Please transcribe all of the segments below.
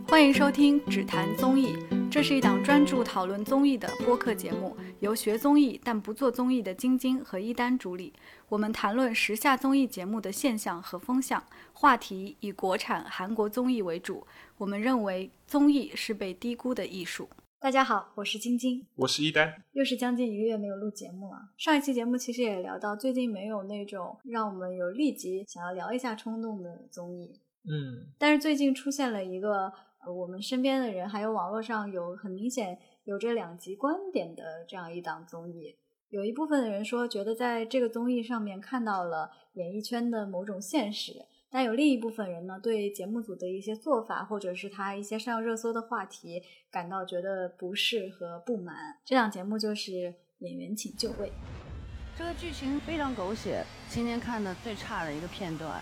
欢迎收听只谈综艺，这是一档专注讨论综艺的播客节目，由学综艺但不做综艺的晶晶和一丹主理。我们谈论时下综艺节目的现象和风向，话题以国产、韩国综艺为主。我们认为综艺是被低估的艺术。大家好，我是晶晶， 我是一丹。 又是将近1个月没有录节目了。上一期节目其实也聊到，最近没有那种让我们有立即想要聊一下冲动的综艺。但是最近出现了一个我们身边的人还有网络上有很明显有着两极观点的这样一档综艺。有一部分的人说觉得在这个综艺上面看到了演艺圈的某种现实，但有另一部分人呢，对节目组的一些做法或者是他一些上热搜的话题感到觉得不适和不满。这档节目就是演员请就位。 这个剧情非常狗血，今天看的最差的一个片段。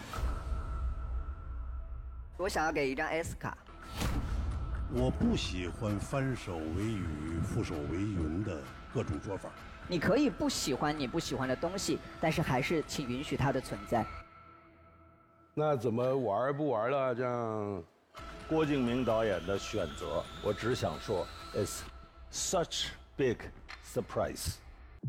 我想要给一张 S 卡。 我不喜欢翻手为雨覆手为云的各种说法。 你可以不喜欢你不喜欢的东西，但是还是请允许它的存在。 那怎么玩不玩了？这样， 郭敬明导演的选择，我只想说 ，It's such big surprise。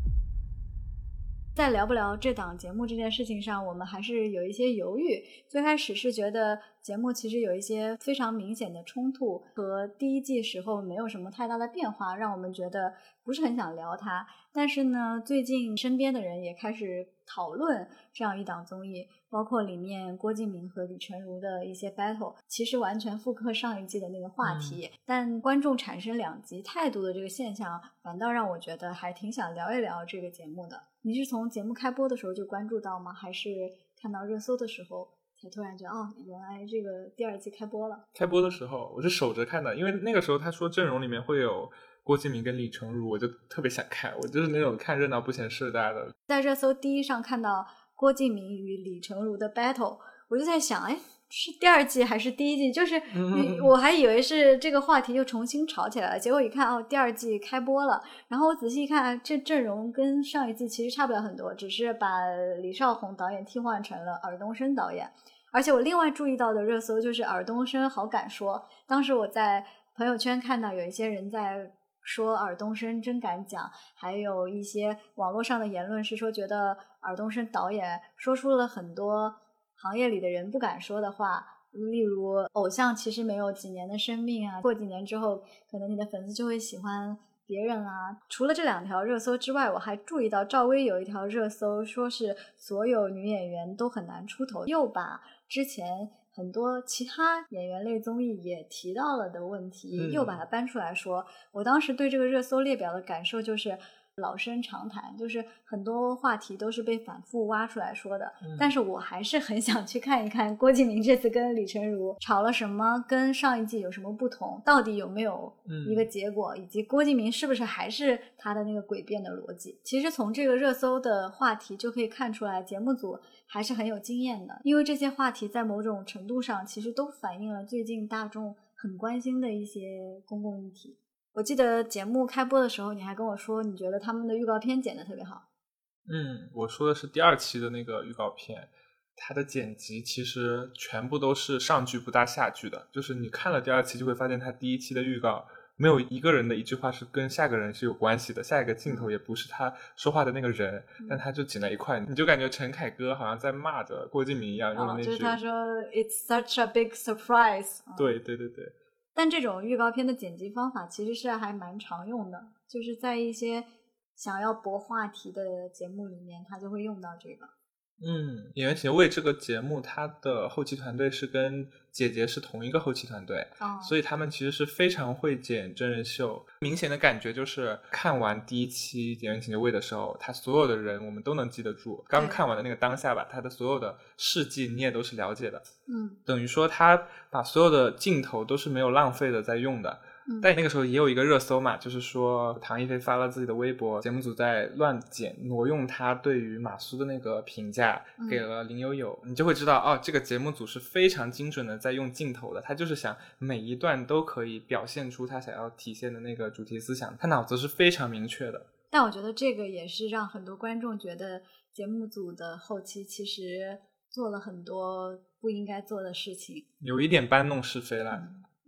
在聊不聊这档节目这件事情上，我们还是有一些犹豫。最开始是觉得节目其实有一些非常明显的冲突，和第一季时候没有什么太大的变化，让我们觉得不是很想聊它。但是呢，最近身边的人也开始讨论这样一档综艺，包括里面郭敬明和李成儒的一些 battle， 其实完全复刻上一季的那个话题，但观众产生两极态度的这个现象，反倒让我觉得还挺想聊一聊这个节目的。你是从节目开播的时候就关注到吗？还是看到热搜的时候才突然觉得原来这个第2季开播了？ 开播的时候我是守着看的，因为那个时候他说阵容里面会有郭敬明跟李成儒，我就特别想看，我就是那种看热闹不嫌事大的。 在热搜第一上看到郭敬明与李成儒的 battle， 我就在想，是第2季还是第1季？就是我还以为是这个话题又重新炒起来了，结果一看第2季开播了，然后我仔细一看，这阵容跟上一季其实差不了很多，只是把李少红导演替换成了尔冬升导演。而且我另外注意到的热搜就是尔冬升好敢说，当时我在朋友圈看到有一些人在说尔冬升真敢讲，还有一些网络上的言论是说觉得尔冬升导演说出了很多行业里的人不敢说的话，例如偶像其实没有几年的生命啊，过几年之后可能你的粉丝就会喜欢别人啊。除了这2条热搜之外，我还注意到赵薇有一条热搜说是所有女演员都很难出头，又把之前很多其他演员类综艺也提到了的问题又把它搬出来说。我当时对这个热搜列表的感受就是老生常谈，就是很多话题都是被反复挖出来说的，但是我还是很想去看一看郭敬明这次跟李成儒吵了什么，跟上一季有什么不同，到底有没有一个结果，以及郭敬明是不是还是他的那个诡辩的逻辑。其实从这个热搜的话题就可以看出来，节目组还是很有经验的，因为这些话题在某种程度上其实都反映了最近大众很关心的一些公共议题。我记得节目开播的时候你还跟我说你觉得他们的预告片剪得特别好。 我说的是第2期的那个预告片，它的剪辑其实全部都是上句不搭下句的，就是你看了第2期就会发现它第1期的预告没有一个人的一句话是跟下个人是有关系的，下一个镜头也不是他说话的那个人，但他就剪在一块，你就感觉陈凯歌好像在骂着郭敬明一样用的那句， 就是他说 It's such a big surprise。 对。 但这种预告片的剪辑方法其实是还蛮常用的，就是在一些想要博话题的节目里面他就会用到这个。 演员请就位这个节目它的后期团队是跟姐姐是同一个后期团队，所以他们其实是非常会剪真人秀。明显的感觉就是看完第1期演员请就位的时候，他所有的人我们都能记得住，刚看完的那个当下吧，他的所有的事迹你也都是了解的，等于说他把所有的镜头都是没有浪费的在用的。但那个时候也有一个热搜嘛，就是说唐一菲发了自己的微博，节目组在乱剪挪用他对于马苏的那个评价给了林有有，你就会知道这个节目组是非常精准的在用镜头的，他就是想每一段都可以表现出他想要体现的那个主题思想，他脑子是非常明确的。 但我觉得这个也是让很多观众觉得节目组的后期其实做了很多不应该做的事情， 有一点搬弄是非了。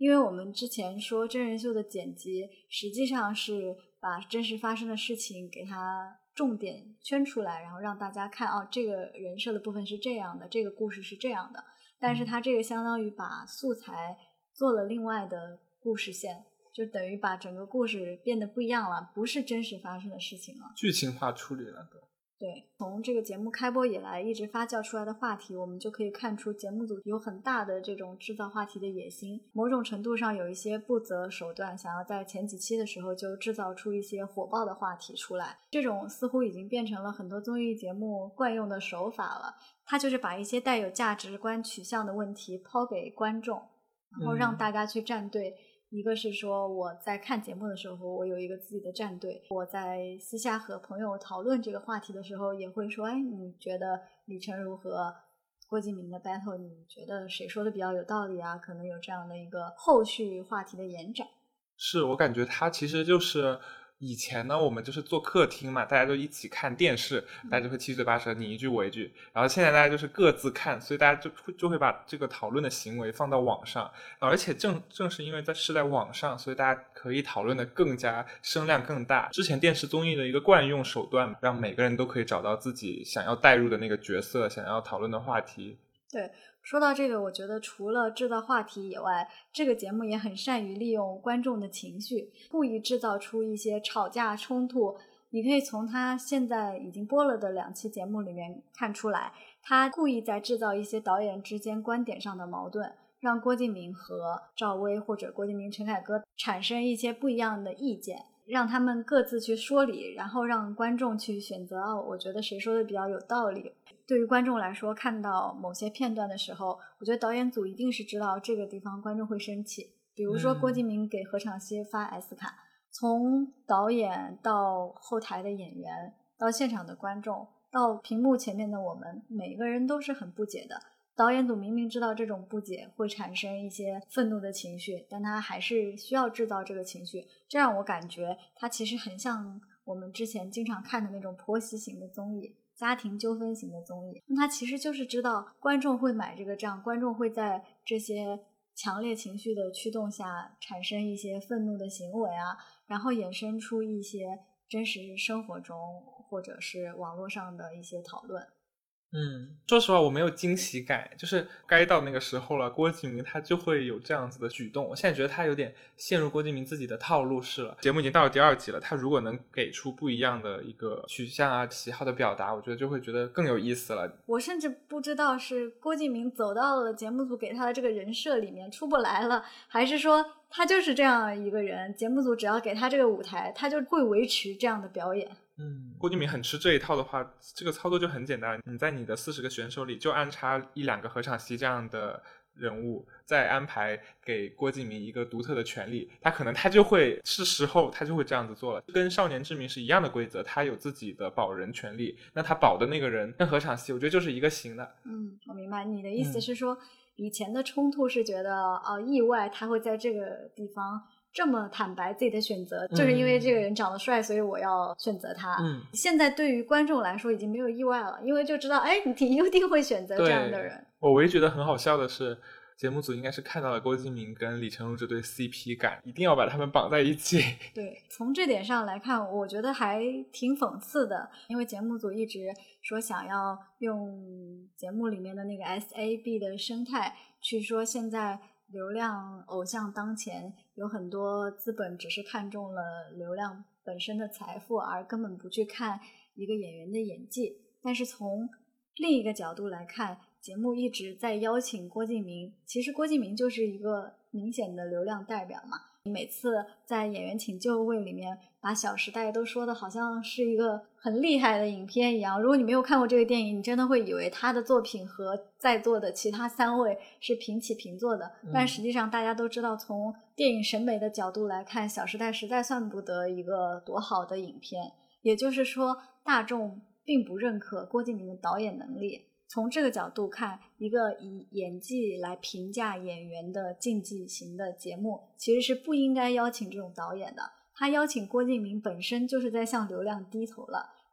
因为我们之前说真人秀的剪辑实际上是把真实发生的事情给它重点圈出来，然后让大家看这个人设的部分是这样的，这个故事是这样的，但是它这个相当于把素材做了另外的故事线，就等于把整个故事变得不一样了，不是真实发生的事情了， 剧情化处理了。 对，从这个节目开播以来一直发酵出来的话题，我们就可以看出节目组有很大的这种制造话题的野心，某种程度上有一些不择手段，想要在前几期的时候就制造出一些火爆的话题出来。这种似乎已经变成了很多综艺节目惯用的手法了，它就是把一些带有价值观取向的问题抛给观众，然后让大家去站队。一个是说我在看节目的时候我有一个自己的战队，我在私下和朋友讨论这个话题的时候也会说，你觉得李成儒和郭敬明的 battle 你觉得谁说的比较有道理啊，可能有这样的一个后续话题的延展。 是，我感觉它其实就是以前呢我们就是做客厅嘛，大家就一起看电视，大家就会七嘴八舌你一句我一句，然后现在大家就是各自看，所以大家就会把这个讨论的行为放到网上，而且正是因为是在网上，所以大家可以讨论的更加声量更大。之前电视综艺的一个惯用手段，让每个人都可以找到自己想要带入的那个角色，想要讨论的话题。 对，说到这个，我觉得除了制造话题以外，这个节目也很善于利用观众的情绪，故意制造出一些吵架冲突。你可以从他现在已经播了的2期节目里面看出来，他故意在制造一些导演之间观点上的矛盾，让郭敬明和赵薇或者郭敬明陈凯歌产生一些不一样的意见，让他们各自去说理，然后让观众去选择我觉得谁说的比较有道理。对于观众来说，看到某些片段的时候，我觉得导演组一定是知道这个地方观众会生气。比如说郭敬明给何昶希发 S 卡，从导演到后台的演员到现场的观众到屏幕前面的我们，每个人都是很不解的。导演组明明知道这种不解会产生一些愤怒的情绪，但他还是需要制造这个情绪，这让我感觉他其实很像我们之前经常看的那种婆媳型的综艺，家庭纠纷型的综艺。那他其实就是知道观众会买这个账，观众会在这些强烈情绪的驱动下产生一些愤怒的行为啊，然后衍生出一些真实生活中或者是网络上的一些讨论。 说实话我没有惊喜感，就是该到那个时候了，郭敬明他就会有这样子的举动。我现在觉得他有点陷入郭敬明自己的套路式了。节目已经到了第2集了，他如果能给出不一样的一个取向啊喜好的表达，我觉得就会觉得更有意思了。 我甚至不知道是郭敬明走到了节目组给他的这个人设里面出不来了，还是说他就是这样一个人，节目组只要给他这个舞台他就会维持这样的表演。 郭敬明很吃这一套的话，这个操作就很简单，你在你的40个选手里就安插1-2个何昶希这样的人物，再安排给郭敬明一个独特的权利，他就会是时候他就会这样子做了。跟少年之名是一样的规则，他有自己的保人权利，那他保的那个人跟何昶希我觉得就是一个型的。 我明白你的意思是说，以前的冲突是觉得意外他会在这个地方这么坦白自己的选择，就是因为这个人长得帅所以我要选择他。现在对于观众来说已经没有意外了，因为就知道你一定会选择这样的人。 我唯一觉得很好笑的是，节目组应该是看到了郭敬明跟李成儒这对 CP 感，一定要把他们绑在一起。 对，从这点上来看我觉得还挺讽刺的，因为节目组一直说想要用节目里面的那个 SAB 的生态去说现在流量偶像当前，有很多资本只是看中了流量本身的财富，而根本不去看一个演员的演技。但是从另一个角度来看，节目一直在邀请郭敬明，其实郭敬明就是一个明显的流量代表嘛。每次在演员请就位里面把《小时代》都说的好像是一个很厉害的影片一样，如果你没有看过这个电影，你真的会以为他的作品和在座的其他3位是平起平坐的。但实际上大家都知道，从电影审美的角度来看，《小时代》实在算不得一个多好的影片，也就是说大众并不认可郭敬明的导演能力。从这个角度看，一个以演技来评价演员的竞技型的节目其实是不应该邀请这种导演的。他邀请郭敬明本身就是在向流量低头了，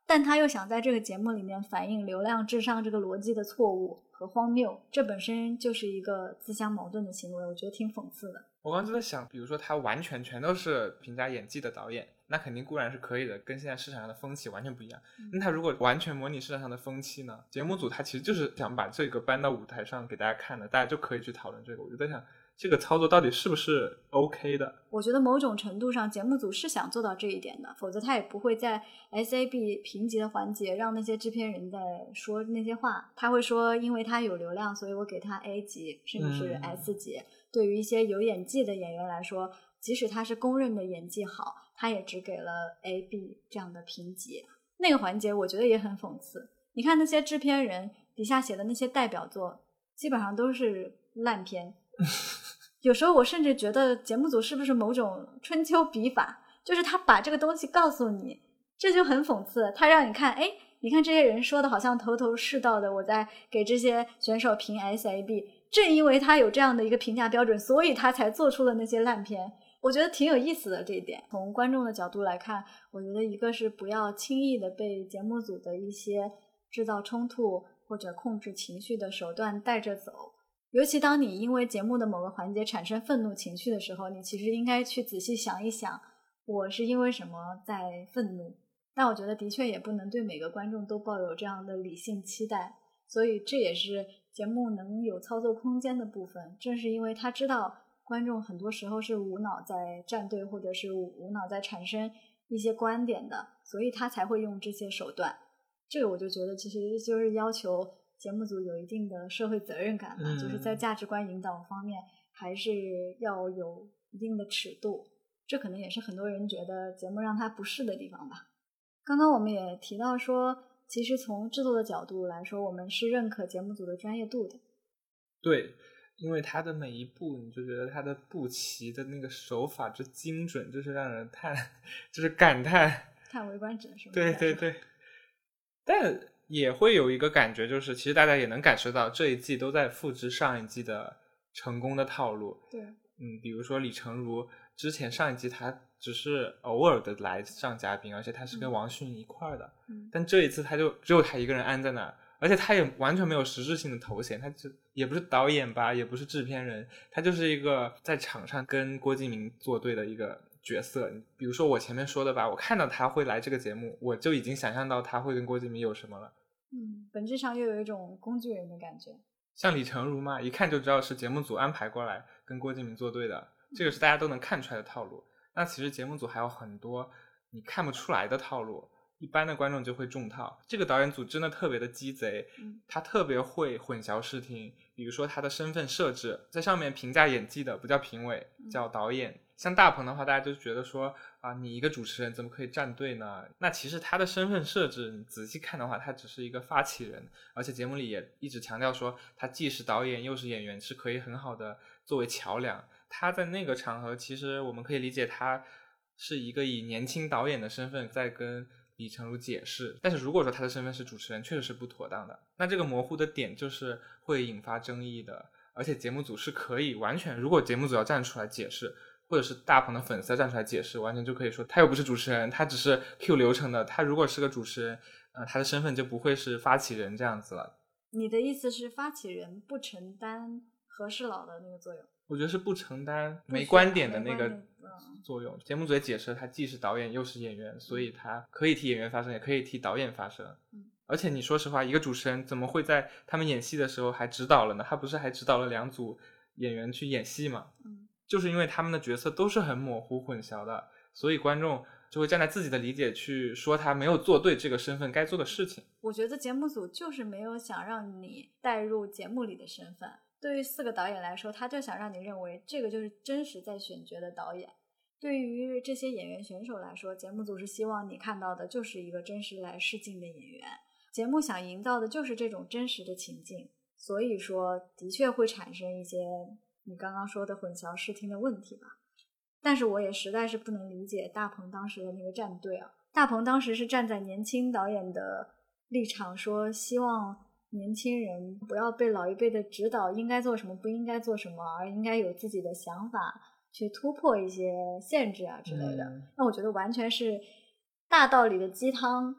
但他又想在这个节目里面反映流量至上这个逻辑的错误和荒谬，这本身就是一个自相矛盾的行为，我觉得挺讽刺的。 我刚刚就在想，比如说他完全全都是评价演技的导演，那肯定固然是可以的，跟现在市场上的风气完全不一样。那他如果完全模拟市场上的风气呢？节目组他其实就是想把这个搬到舞台上给大家看的，大家就可以去讨论这个。我就在想，这个操作到底是不是 OK 的？ 我觉得某种程度上节目组是想做到这一点的，否则他也不会在 SAB 评级的环节让那些制片人在说那些话。他会说因为他有流量所以我给他 A 级甚至是 S 级。对于一些有演技的演员来说，即使他是公认的演技好，他也只给了 A、B 这样的评级。那个环节我觉得也很讽刺，你看那些制片人底下写的那些代表作基本上都是烂片有时候我甚至觉得节目组是不是某种春秋笔法，就是他把这个东西告诉你，这就很讽刺。他让你看，哎，你看这些人说的好像头头是道的，我在给这些选手评 SAB， 正因为他有这样的一个评价标准，所以他才做出了那些烂片。我觉得挺有意思的这一点。从观众的角度来看，我觉得一个是不要轻易的被节目组的一些制造冲突或者控制情绪的手段带着走，尤其当你因为节目的某个环节产生愤怒情绪的时候，你其实应该去仔细想一想，我是因为什么在愤怒。但我觉得的确也不能对每个观众都抱有这样的理性期待，所以这也是节目能有操作空间的部分。正是因为他知道观众很多时候是无脑在站队，或者是无脑在产生一些观点的，所以他才会用这些手段。这个我就觉得其实就是要求节目组有一定的社会责任感吧，就是在价值观引导方面还是要有一定的尺度，这可能也是很多人觉得节目让他不适的地方吧。刚刚我们也提到说，其实从制作的角度来说，我们是认可节目组的专业度的。 对，因为他的每一步你就觉得他的步棋的那个手法之精准，就是让人就是感叹叹为观止，是吧？ 对对对。但也会有一个感觉，就是其实大家也能感受到这一季都在复制上一季的成功的套路。 对， 比如说李成儒之前上一季他只是偶尔的来上嘉宾，而且他是跟王迅一块的，但这一次他就只有他一个人安在那儿，而且他也完全没有实质性的头衔，他就也不是导演吧，也不是制片人，他就是一个在场上跟郭敬明作对的一个角色。比如说我前面说的吧，我看到他会来这个节目，我就已经想象到他会跟郭敬明有什么了。 本质上又有一种工具人的感觉。 像李成儒嘛，一看就知道是节目组安排过来跟郭敬明作对的，这个是大家都能看出来的套路。那其实节目组还有很多你看不出来的套路，一般的观众就会中套。这个导演组真的特别的鸡贼，他特别会混淆视听。比如说他的身份设置，在上面评价演技的不叫评委，叫导演。像大鹏的话，大家就觉得说啊，你一个主持人怎么可以站队呢？那其实他的身份设置你仔细看的话，他只是一个发起人，而且节目里也一直强调说他既是导演又是演员，是可以很好的作为桥梁。他在那个场合其实我们可以理解他是一个以年轻导演的身份在跟李成儒解释，但是如果说他的身份是主持人，确实是不妥当的。那这个模糊的点就是会引发争议的，而且节目组是可以完全，如果节目组要站出来解释，或者是大鹏的粉丝站出来解释，完全就可以说他又不是主持人，他只是 Q 流程的，他如果是个主持人，他的身份就不会是发起人这样子了。 你的意思是发起人不承担和事佬的那个作用？ 我觉得是不承担没观点的那个作用。节目组也解释他既是导演又是演员，所以他可以替演员发声，也可以替导演发声。而且你说实话，一个主持人怎么会在他们演戏的时候还指导了呢？他不是还指导了2组演员去演戏吗？就是因为他们的角色都是很模糊混淆的，所以观众就会站在自己的理解去说他没有做对这个身份该做的事情。 我觉得节目组就是没有想让你带入节目里的身份。对于4个导演来说，他就想让你认为这个就是真实在选角的导演。对于这些演员选手来说，节目组是希望你看到的就是一个真实来试镜的演员，节目想营造的就是这种真实的情境，所以说的确会产生一些你刚刚说的混淆视听的问题吧。但是我也实在是不能理解大鹏当时的那个站队啊。大鹏当时是站在年轻导演的立场，说希望年轻人不要被老一辈的指导应该做什么不应该做什么，而应该有自己的想法去突破一些限制啊之类的。那我觉得完全是大道理的鸡汤，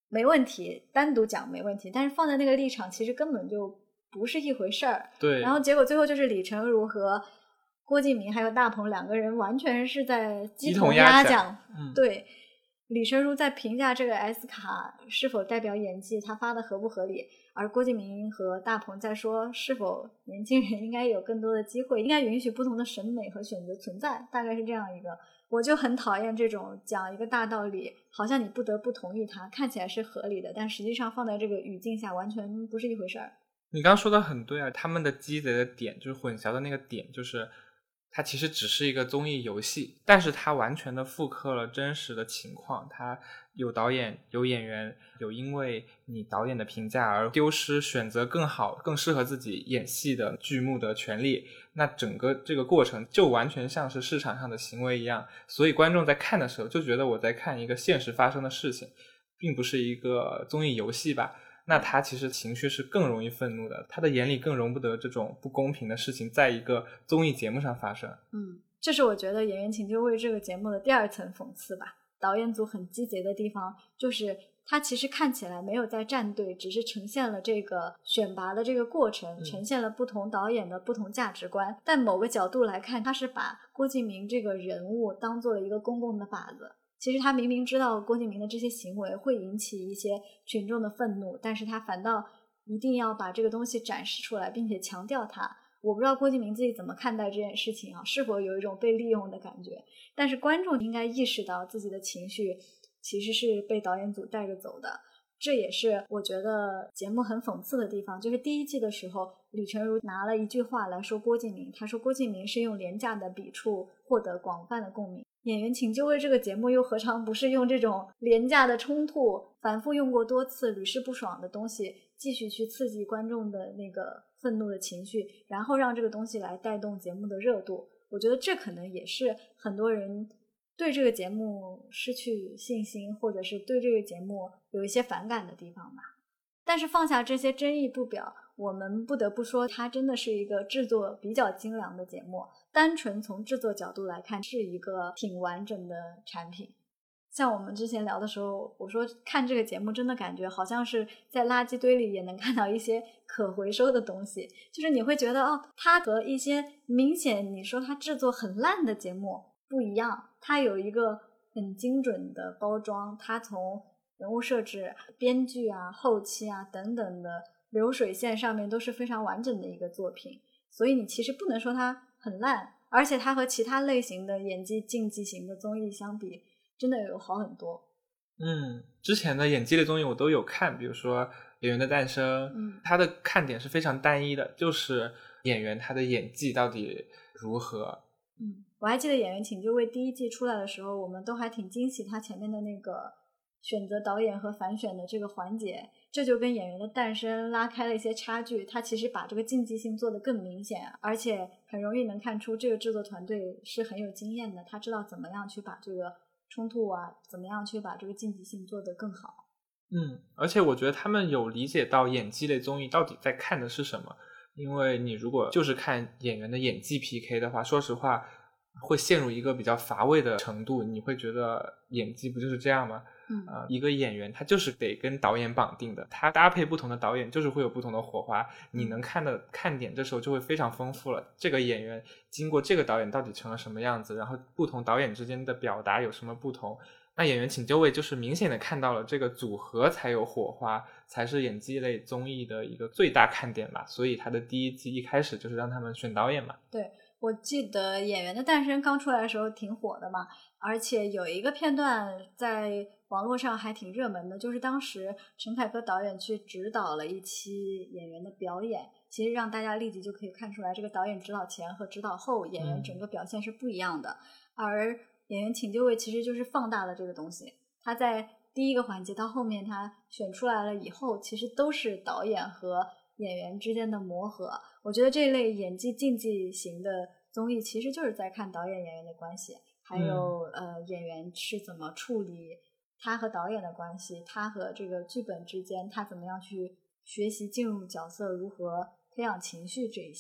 没问题，单独讲没问题，但是放在那个立场其实根本就不是一回事儿。 对， 然后结果最后就是李成儒和郭敬明还有大鹏两个人完全是在鸡同鸭讲。对，李成儒在评价这个 S 卡是否代表演技，他发的合不合理，而郭敬明和大鹏在说是否年轻人应该有更多的机会，应该允许不同的审美和选择存在，大概是这样一个。我就很讨厌这种讲一个大道理好像你不得不同意它，看起来是合理的，但实际上放在这个语境下完全不是一回事儿。 你刚刚说的很对啊，他们的鸡贼的点就是混淆的那个点，就是它其实只是一个综艺游戏，但是它完全的复刻了真实的情况，它有导演有演员，有因为你导演的评价而丢失选择更好更适合自己演戏的剧目的权利，那整个这个过程就完全像是市场上的行为一样，所以观众在看的时候就觉得我在看一个现实发生的事情，并不是一个综艺游戏吧。那他其实情绪是更容易愤怒的，他的眼里更容不得这种不公平的事情在一个综艺节目上发生。 这是我觉得《演员请就位》这个节目的第二层讽刺吧。导演组很鸡贼的地方就是他其实看起来没有在站队，只是呈现了这个选拔的这个过程，呈现了不同导演的不同价值观，但某个角度来看，他是把郭敬明这个人物当做了一个公共的靶子。其实他明明知道郭敬明的这些行为会引起一些群众的愤怒，但是他反倒一定要把这个东西展示出来，并且强调它。我不知道郭敬明自己怎么看待这件事情啊，是否有一种被利用的感觉，但是观众应该意识到自己的情绪其实是被导演组带着走的。这也是我觉得节目很讽刺的地方，就是第一季的时候李成儒拿了一句话来说郭敬明，他说郭敬明是用廉价的笔触获得广泛的共鸣。演员请就位这个节目又何尝不是用这种廉价的冲突反复用过多次屡试不爽的东西继续去刺激观众的那个愤怒的情绪，然后让这个东西来带动节目的热度。我觉得这可能也是很多人对这个节目失去信心，或者是对这个节目有一些反感的地方吧。但是放下这些争议不表，我们不得不说它真的是一个制作比较精良的节目，单纯从制作角度来看是一个挺完整的产品。像我们之前聊的时候，我说看这个节目真的感觉好像是在垃圾堆里也能看到一些可回收的东西，就是你会觉得它和一些明显你说它制作很烂的节目不一样，它有一个很精准的包装，它从人物设置、编剧啊、后期啊等等的流水线上面都是非常完整的一个作品，所以你其实不能说它很烂，而且它和其他类型的演技竞技型的综艺相比真的有好很多。 之前的演技类综艺我都有看，比如说《演员的诞生》，它的看点是非常单一的，就是演员他的演技到底如何。 我还记得《演员请就位》第一季出来的时候，我们都还挺惊喜他前面的那个选择导演和反选的这个环节，这就跟《演员的诞生》拉开了一些差距，他其实把这个竞技性做得更明显，而且很容易能看出这个制作团队是很有经验的，他知道怎么样去把这个冲突啊，怎么样去把这个竞技性做得更好。 而且我觉得他们有理解到演技类综艺到底在看的是什么，因为你如果就是看演员的演技 PK 的话，说实话会陷入一个比较乏味的程度，你会觉得演技不就是这样吗？一个演员他就是得跟导演绑定的，他搭配不同的导演就是会有不同的火花，你能看的看点这时候就会非常丰富了。这个演员经过这个导演到底成了什么样子，然后不同导演之间的表达有什么不同，那演员请就位就是明显的看到了这个组合才有火花，才是演技类综艺的一个最大看点吧。所以他的第一季一开始就是让他们选导演嘛。 对，我记得《演员的诞生》刚出来的时候挺火的嘛，而且有一个片段在网络上还挺热门的，就是当时陈凯歌导演去指导了一期演员的表演，其实让大家立即就可以看出来这个导演指导前和指导后演员整个表现是不一样的。而演员请就位其实就是放大了这个东西，他在第一个环节到后面他选出来了以后，其实都是导演和演员之间的磨合。我觉得这类演技竞技型的综艺其实就是在看导演演员的关系，还有演员是怎么处理他和导演的关系，他和这个剧本之间他怎么样去学习进入角色，如何培养情绪，这一些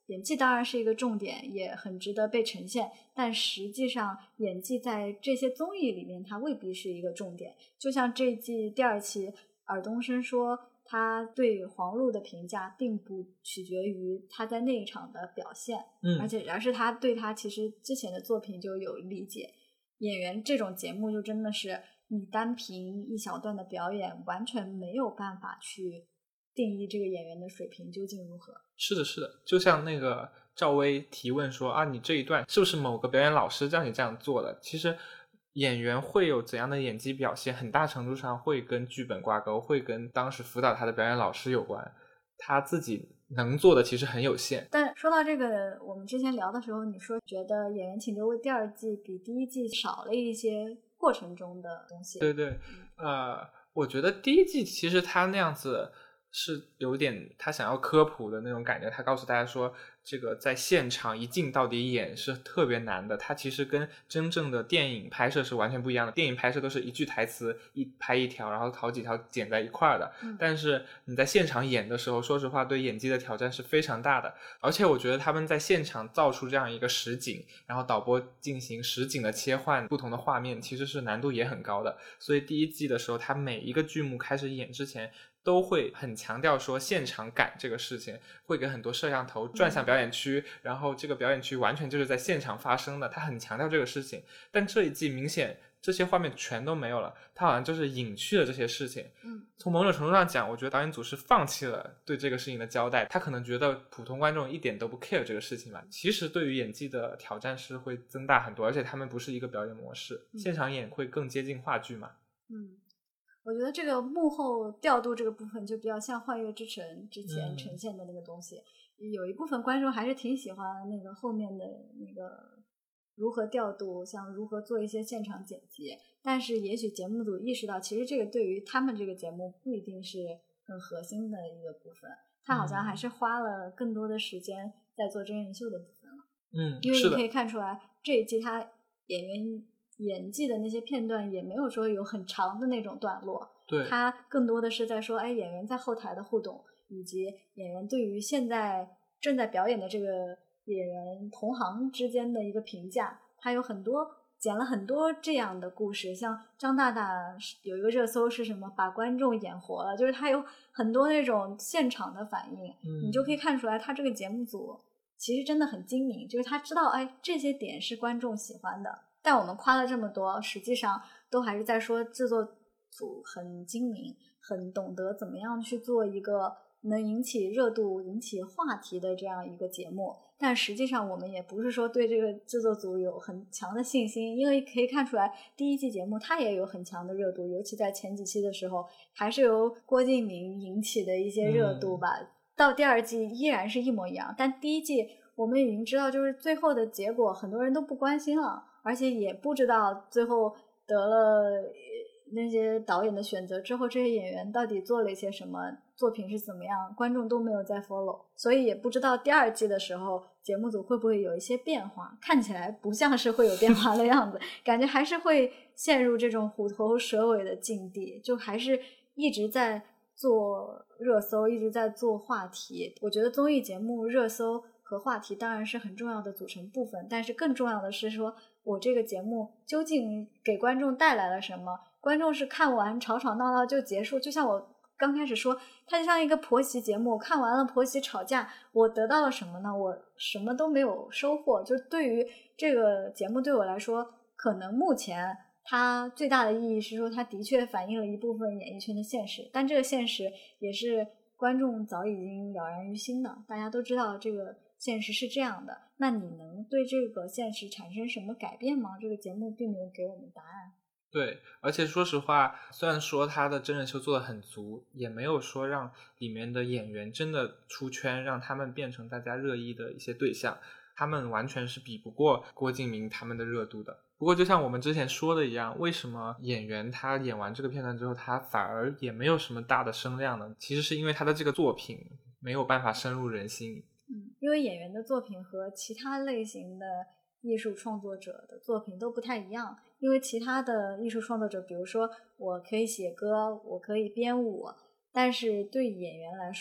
演技当然是一个重点，也很值得被呈现，但实际上演技在这些综艺里面它未必是一个重点。就像这一季第2期尔冬升说他对黄璐的评价并不取决于他在那一场的表现，而是他对他其实之前的作品就有理解。演员这种节目就真的是你单凭一小段的表演完全没有办法去定义这个演员的水平究竟如何。 是的，是的，就像那个赵薇提问说啊，你这一段是不是某个表演老师叫你这样做的？其实演员会有怎样的演技表现，很大程度上会跟剧本挂钩，会跟当时辅导他的表演老师有关，他自己能做的其实很有限。 但说到这个，我们之前聊的时候你说觉得演员请就位第2季比第1季少了一些过程中的东西。 对对，我觉得第1季其实他那样子是有点他想要科普的那种感觉，他告诉大家说这个在现场一镜到底演是特别难的，它其实跟真正的电影拍摄是完全不一样的。电影拍摄都是一句台词一拍一条，然后好几条剪在一块儿的，但是你在现场演的时候，说实话对演技的挑战是非常大的。而且我觉得他们在现场造出这样一个实景，然后导播进行实景的切换不同的画面，其实是难度也很高的。所以第1季的时候，他每一个剧目开始演之前都会很强调说现场感这个事情，会给很多摄像头转向表演区，然后这个表演区完全就是在现场发生的，他很强调这个事情。但这一季明显这些画面全都没有了，他好像就是隐去了这些事情。从某种程度上讲，我觉得导演组是放弃了对这个事情的交代，他可能觉得普通观众一点都不 care 这个事情吧。其实对于演技的挑战是会增大很多，而且他们不是一个表演模式，现场演会更接近话剧嘛。 我觉得这个幕后调度这个部分就比较像《幻乐之城》之前呈现的那个东西，有一部分观众还是挺喜欢那个后面的那个如何调度，像如何做一些现场剪辑，但是也许节目组意识到其实这个对于他们这个节目不一定是很核心的一个部分，他好像还是花了更多的时间在做真人秀的部分了。因为你可以看出来这一季他演员演技的那些片段也没有说有很长的那种段落， 对， 他更多的是在说演员在后台的互动，以及演员对于现在正在表演的这个演员同行之间的一个评价。他有很多剪了很多这样的故事，像张大大有一个热搜是什么把观众演活了，就是他有很多那种现场的反应，你就可以看出来他这个节目组其实真的很精明，就是他知道这些点是观众喜欢的。但我们夸了这么多，实际上都还是在说制作组很精明，很懂得怎么样去做一个能引起热度引起话题的这样一个节目。但实际上我们也不是说对这个制作组有很强的信心，因为可以看出来第1季节目它也有很强的热度，尤其在前几期的时候还是由郭敬明引起的一些热度吧，到第2季依然是一模一样。但第1季我们已经知道就是最后的结果很多人都不关心了，而且也不知道最后得了那些导演的选择之后这些演员到底做了一些什么，作品是怎么样，观众都没有再 follow， 所以也不知道第2季的时候节目组会不会有一些变化，看起来不像是会有变化的样子感觉还是会陷入这种虎头蛇尾的境地，就还是一直在做热搜，一直在做话题。我觉得综艺节目热搜和话题当然是很重要的组成部分，但是更重要的是说我这个节目究竟给观众带来了什么，观众是看完吵吵闹闹就结束，就像我刚开始说它就像一个婆媳节目，看完了婆媳吵架我得到了什么呢？我什么都没有收获。就对于这个节目对我来说，可能目前它最大的意义是说它的确反映了一部分演艺圈的现实，但这个现实也是观众早已经了然于心的，大家都知道这个现实是这样的，那你能对这个现实产生什么改变吗？这个节目并没有给我们答案。 对，而且说实话，虽然说他的真人秀做得很足，也没有说让里面的演员真的出圈，让他们变成大家热议的一些对象，他们完全是比不过郭敬明他们的热度的。不过就像我们之前说的一样，为什么演员他演完这个片段之后他反而也没有什么大的声量呢？其实是因为他的这个作品没有办法深入人心。 因为演员的作品和其他类型的艺术创作者的作品都不太一样，因为其他的艺术创作者比如说我可以写歌，我可以编舞，但是对演员来说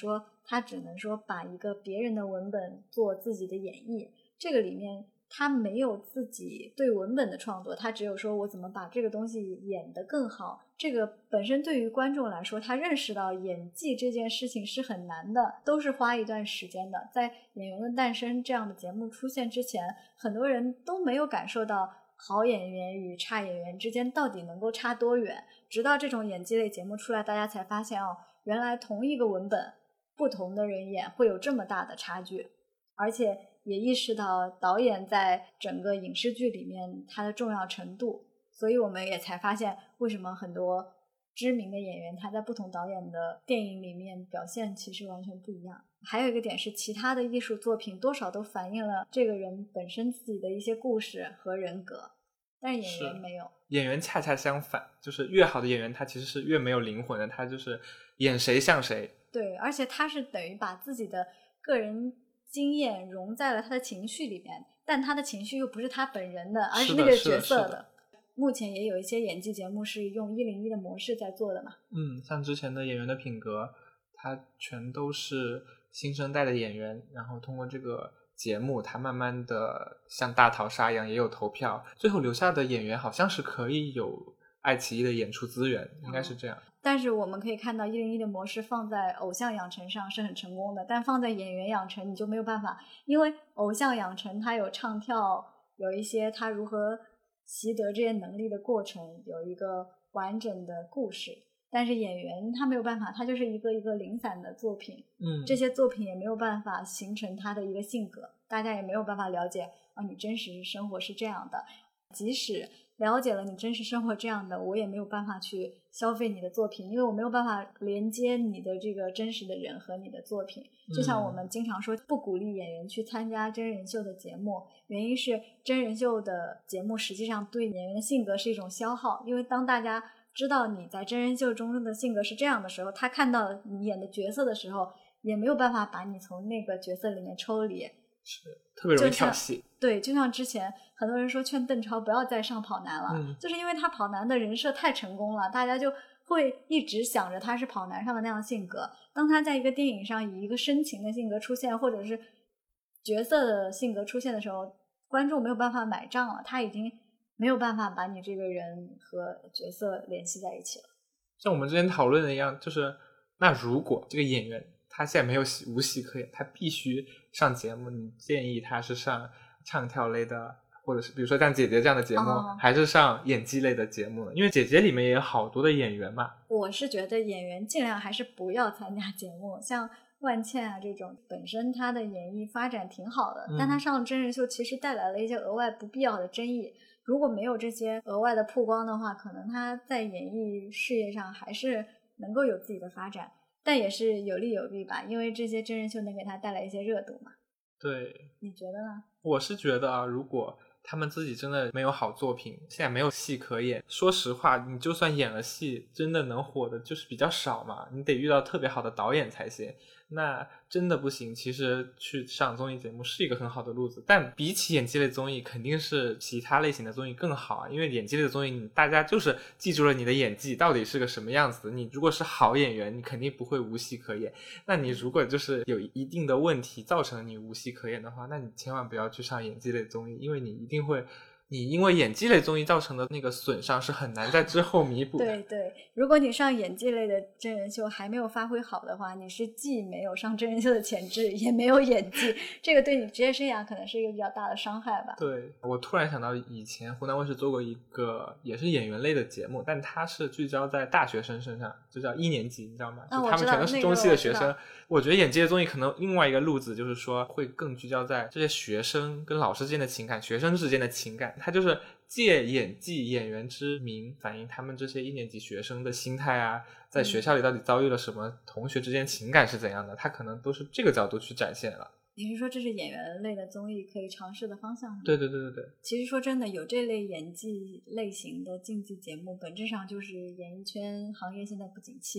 他只能说把一个别人的文本做自己的演绎，这个里面他没有自己对文本的创作，他只有说我怎么把这个东西演得更好。这个本身对于观众来说，他认识到演技这件事情是很难的，都是花一段时间的。在《演员的诞生》这样的节目出现之前，很多人都没有感受到好演员与差演员之间到底能够差多远，直到这种演技类节目出来，大家才发现原来同一个文本不同的人演会有这么大的差距，而且也意识到导演在整个影视剧里面它的重要程度，所以我们也才发现为什么很多知名的演员他在不同导演的电影里面表现其实完全不一样。还有一个点是，其他的艺术作品多少都反映了这个人本身自己的一些故事和人格，但是演员没有。 演员恰恰相反，就是越好的演员他其实是越没有灵魂的，他就是演谁像谁。对， 而且他是等于把自己的个人经验融在了他的情绪里面，但他的情绪又不是他本人的，而是那个角色的。目前也有一些演技节目是用101的模式在做的嘛。 像之前的演员的品格，他全都是新生代的演员，然后通过这个节目他慢慢的像大逃杀一样也有投票，最后留下的演员好像是可以有爱奇艺的演出资源，应该是这样。 但是我们可以看到101的模式放在偶像养成上是很成功的，但放在演员养成你就没有办法，因为偶像养成它有唱跳，有一些他如何习得这些能力的过程，有一个完整的故事，但是演员他没有办法，他就是一个一个零散的作品，这些作品也没有办法形成他的一个性格，大家也没有办法了解你真实生活是这样的，即使了解了你真实生活这样的，我也没有办法去消费你的作品，因为我没有办法连接你的这个真实的人和你的作品。就像我们经常说不鼓励演员去参加真人秀的节目，原因是真人秀的节目实际上对演员的性格是一种消耗，因为当大家知道你在真人秀中的性格是这样的时候，他看到你演的角色的时候也没有办法把你从那个角色里面抽离， 是特别容易跳戏。 对，就像之前很多人说劝邓超不要再上跑男了，就是因为他跑男的人设太成功了，大家就会一直想着他是跑男上的那样的性格，当他在一个电影上以一个深情的性格出现，或者是角色的性格出现的时候，观众没有办法买账了，他已经没有办法把你这个人和角色联系在一起了。 像我们之前讨论的一样，就是那如果这个演员他现在没有无戏可演，他必须上节目，你建议他是上唱跳类的，或者是比如说像姐姐这样的节目，还是上演技类的节目呢？因为姐姐里面也有好多的演员嘛。 我是觉得演员尽量还是不要参加节目，像万茜啊这种本身她的演艺发展挺好的，但她上真人秀其实带来了一些额外不必要的争议，如果没有这些额外的曝光的话，可能她在演艺事业上还是能够有自己的发展，但也是有利有弊吧，因为这些真人秀能给她带来一些热度嘛。 对， 你觉得呢？ 我是觉得啊，如果他们自己真的没有好作品，现在没有戏可演，说实话你就算演了戏，真的能火的就是比较少嘛，你得遇到特别好的导演才行，那真的不行，其实去上综艺节目是一个很好的路子，但比起演技类综艺肯定是其他类型的综艺更好啊，因为演技类的综艺大家就是记住了你的演技到底是个什么样子，你如果是好演员你肯定不会无戏可演，那你如果就是有一定的问题造成你无戏可演的话，那你千万不要去上演技类综艺，因为你一定会你因为演技类综艺造成的那个损伤是很难在之后弥补的。 对对，如果你上演技类的真人秀还没有发挥好的话，你是既没有上真人秀的潜质，也没有演技，这个对你职业生涯可能是一个比较大的伤害吧。 对，我突然想到以前湖南卫视做过一个也是演员类的节目，但它是聚焦在大学生身上，就叫1年级，你知道吗？就他们全都是中戏的学生。我觉得演技的综艺可能另外一个路子就是说会更聚焦在这些学生跟老师之间的情感，学生之间的情感，它就是借演技演员之名反映他们这些1年级学生的心态啊，在学校里到底遭遇了什么，同学之间情感是怎样的，它可能都是这个角度去展现了。 你是说这是演员类的综艺可以尝试的方向？ 对对对对对。 其实说真的，有这类演技类型的竞技节目，本质上就是演艺圈行业现在不景气。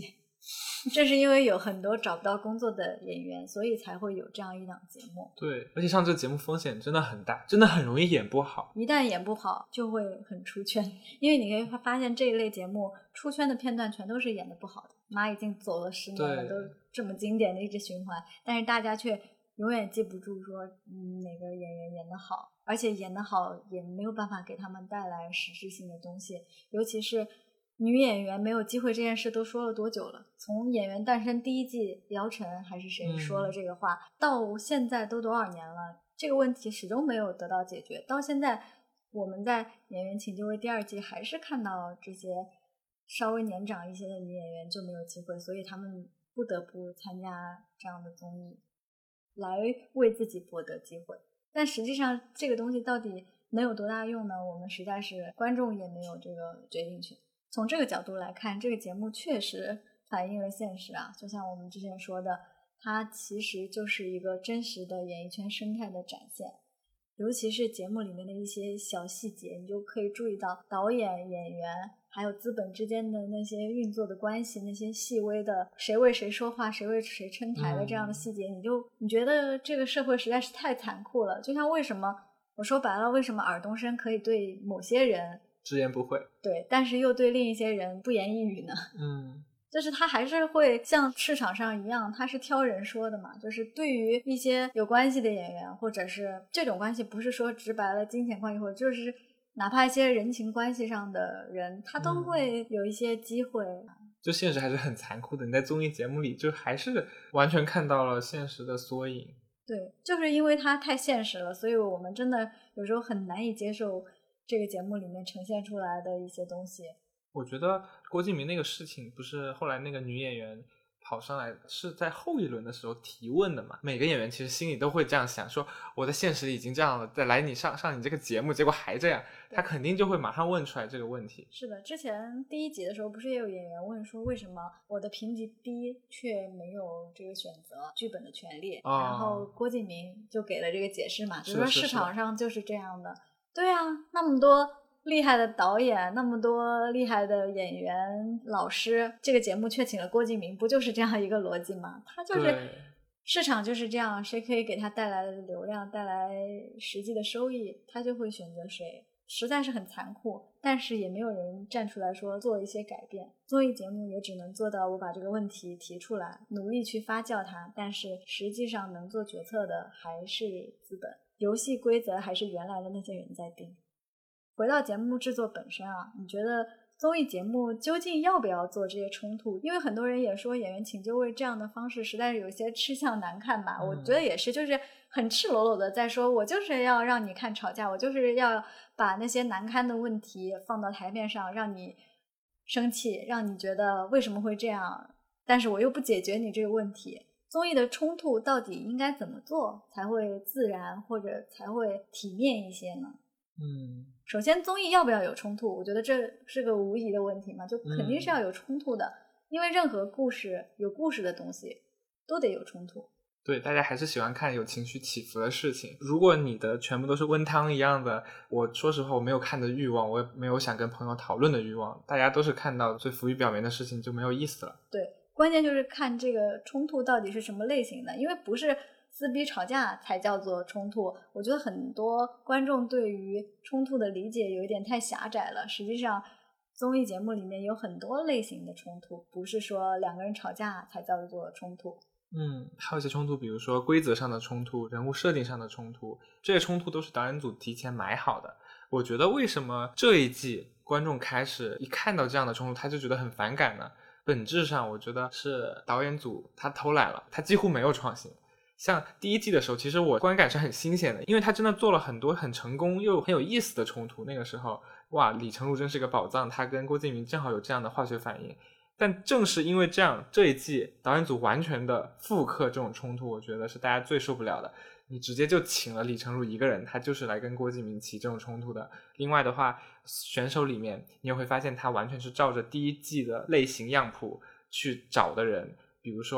正是因为有很多找不到工作的演员，所以才会有这样一档节目。 对，而且上这个节目风险真的很大，真的很容易演不好， 一旦演不好就会很出圈。因为你可以发现这一类节目出圈的片段全都是演得不好的，妈已经走了10年了，都这么经典的一直循环，但是大家却永远记不住说哪个演员演得好，而且演得好也没有办法给他们带来实质性的东西。尤其是女演员没有机会这件事都说了多久了，从演员诞生第1季姚晨还是谁说了这个话，到现在都多少年了，这个问题始终没有得到解决。到现在我们在演员请就位第2季还是看到这些稍微年长一些的女演员就没有机会，所以他们不得不参加这样的综艺来为自己博得机会。但实际上这个东西到底能有多大用呢？我们实在是观众也没有这个决定权。从这个角度来看，这个节目确实反映了现实啊，就像我们之前说的，它其实就是一个真实的演艺圈生态的展现。尤其是节目里面的一些小细节，你就可以注意到导演、演员还有资本之间的那些运作的关系，那些细微的谁为谁说话，谁为谁撑台的这样的细节，你觉得这个社会实在是太残酷了。就像为什么我说白了，为什么尔冬升可以对某些人直言不讳， 对，但是又对另一些人不言一语呢？就是他还是会像市场上一样，他是挑人说的嘛，就是对于一些有关系的演员，或者是这种关系不是说直白了金钱关系，或者就是哪怕一些人情关系上的人，他都会有一些机会。 就现实还是很残酷的，你在综艺节目里就还是完全看到了现实的缩影。 对，就是因为它太现实了，所以我们真的有时候很难以接受这个节目里面呈现出来的一些东西。 我觉得郭敬明那个事情不是后来那个女演员跑上来是在后一轮的时候提问的嘛，每个演员其实心里都会这样想，说我在现实里已经这样了，再来你上你这个节目结果还这样，他肯定就会马上问出来这个问题。 是的，之前第1集的时候不是也有演员问说为什么我的评级低却没有这个选择剧本的权利，然后郭敬明就给了这个解释嘛，就是说市场上就是这样的。对啊，那么多厉害的导演，那么多厉害的演员老师，这个节目却请了郭敬明，不就是这样一个逻辑吗？他就是市场就是这样，谁可以给他带来流量，带来实际的收益，他就会选择谁，实在是很残酷。但是也没有人站出来说做一些改变，综艺节目也只能做到我把这个问题提出来，努力去发酵它，但是实际上能做决策的还是资本，游戏规则还是原来的那些人在定。回到节目制作本身啊，你觉得综艺节目究竟要不要做这些冲突？因为很多人也说演员请就位这样的方式实在是有些吃相难看吧，我觉得也是，就是很赤裸裸的在说我就是要让你看吵架，我就是要把那些难堪的问题放到台面上，让你生气，让你觉得为什么会这样，但是我又不解决你这个问题。综艺的冲突到底应该怎么做才会自然或者才会体面一些呢？首先综艺要不要有冲突，我觉得这是个无疑的问题嘛，就肯定是要有冲突的，因为任何故事有故事的东西都得有冲突。 对，大家还是喜欢看有情绪起伏的事情。如果你的全部都是温汤一样的，我说实话我没有看的欲望，我也没有想跟朋友讨论的欲望，大家都是看到最浮于表面的事情就没有意思了。 对，关键就是看这个冲突到底是什么类型的，因为不是撕逼吵架才叫做冲突。我觉得很多观众对于冲突的理解有一点太狭窄了，实际上综艺节目里面有很多类型的冲突，不是说两个人吵架才叫做冲突。 还有一些冲突，比如说规则上的冲突，人物设定上的冲突，这些冲突都是导演组提前埋好的。我觉得为什么这一季观众开始一看到这样的冲突他就觉得很反感呢？本质上我觉得是导演组他偷懒了，他几乎没有创新。像第1季的时候，其实我观感是很新鲜的，因为他真的做了很多很成功又很有意思的冲突。那个时候哇，李成儒真是个宝藏，他跟郭敬明正好有这样的化学反应。但正是因为这样，这一季导演组完全的复刻这种冲突，我觉得是大家最受不了的。你直接就请了李成儒一个人，他就是来跟郭敬明起这种冲突的。另外的话，选手里面你也会发现他完全是照着第1季的类型样谱去找的人，比如说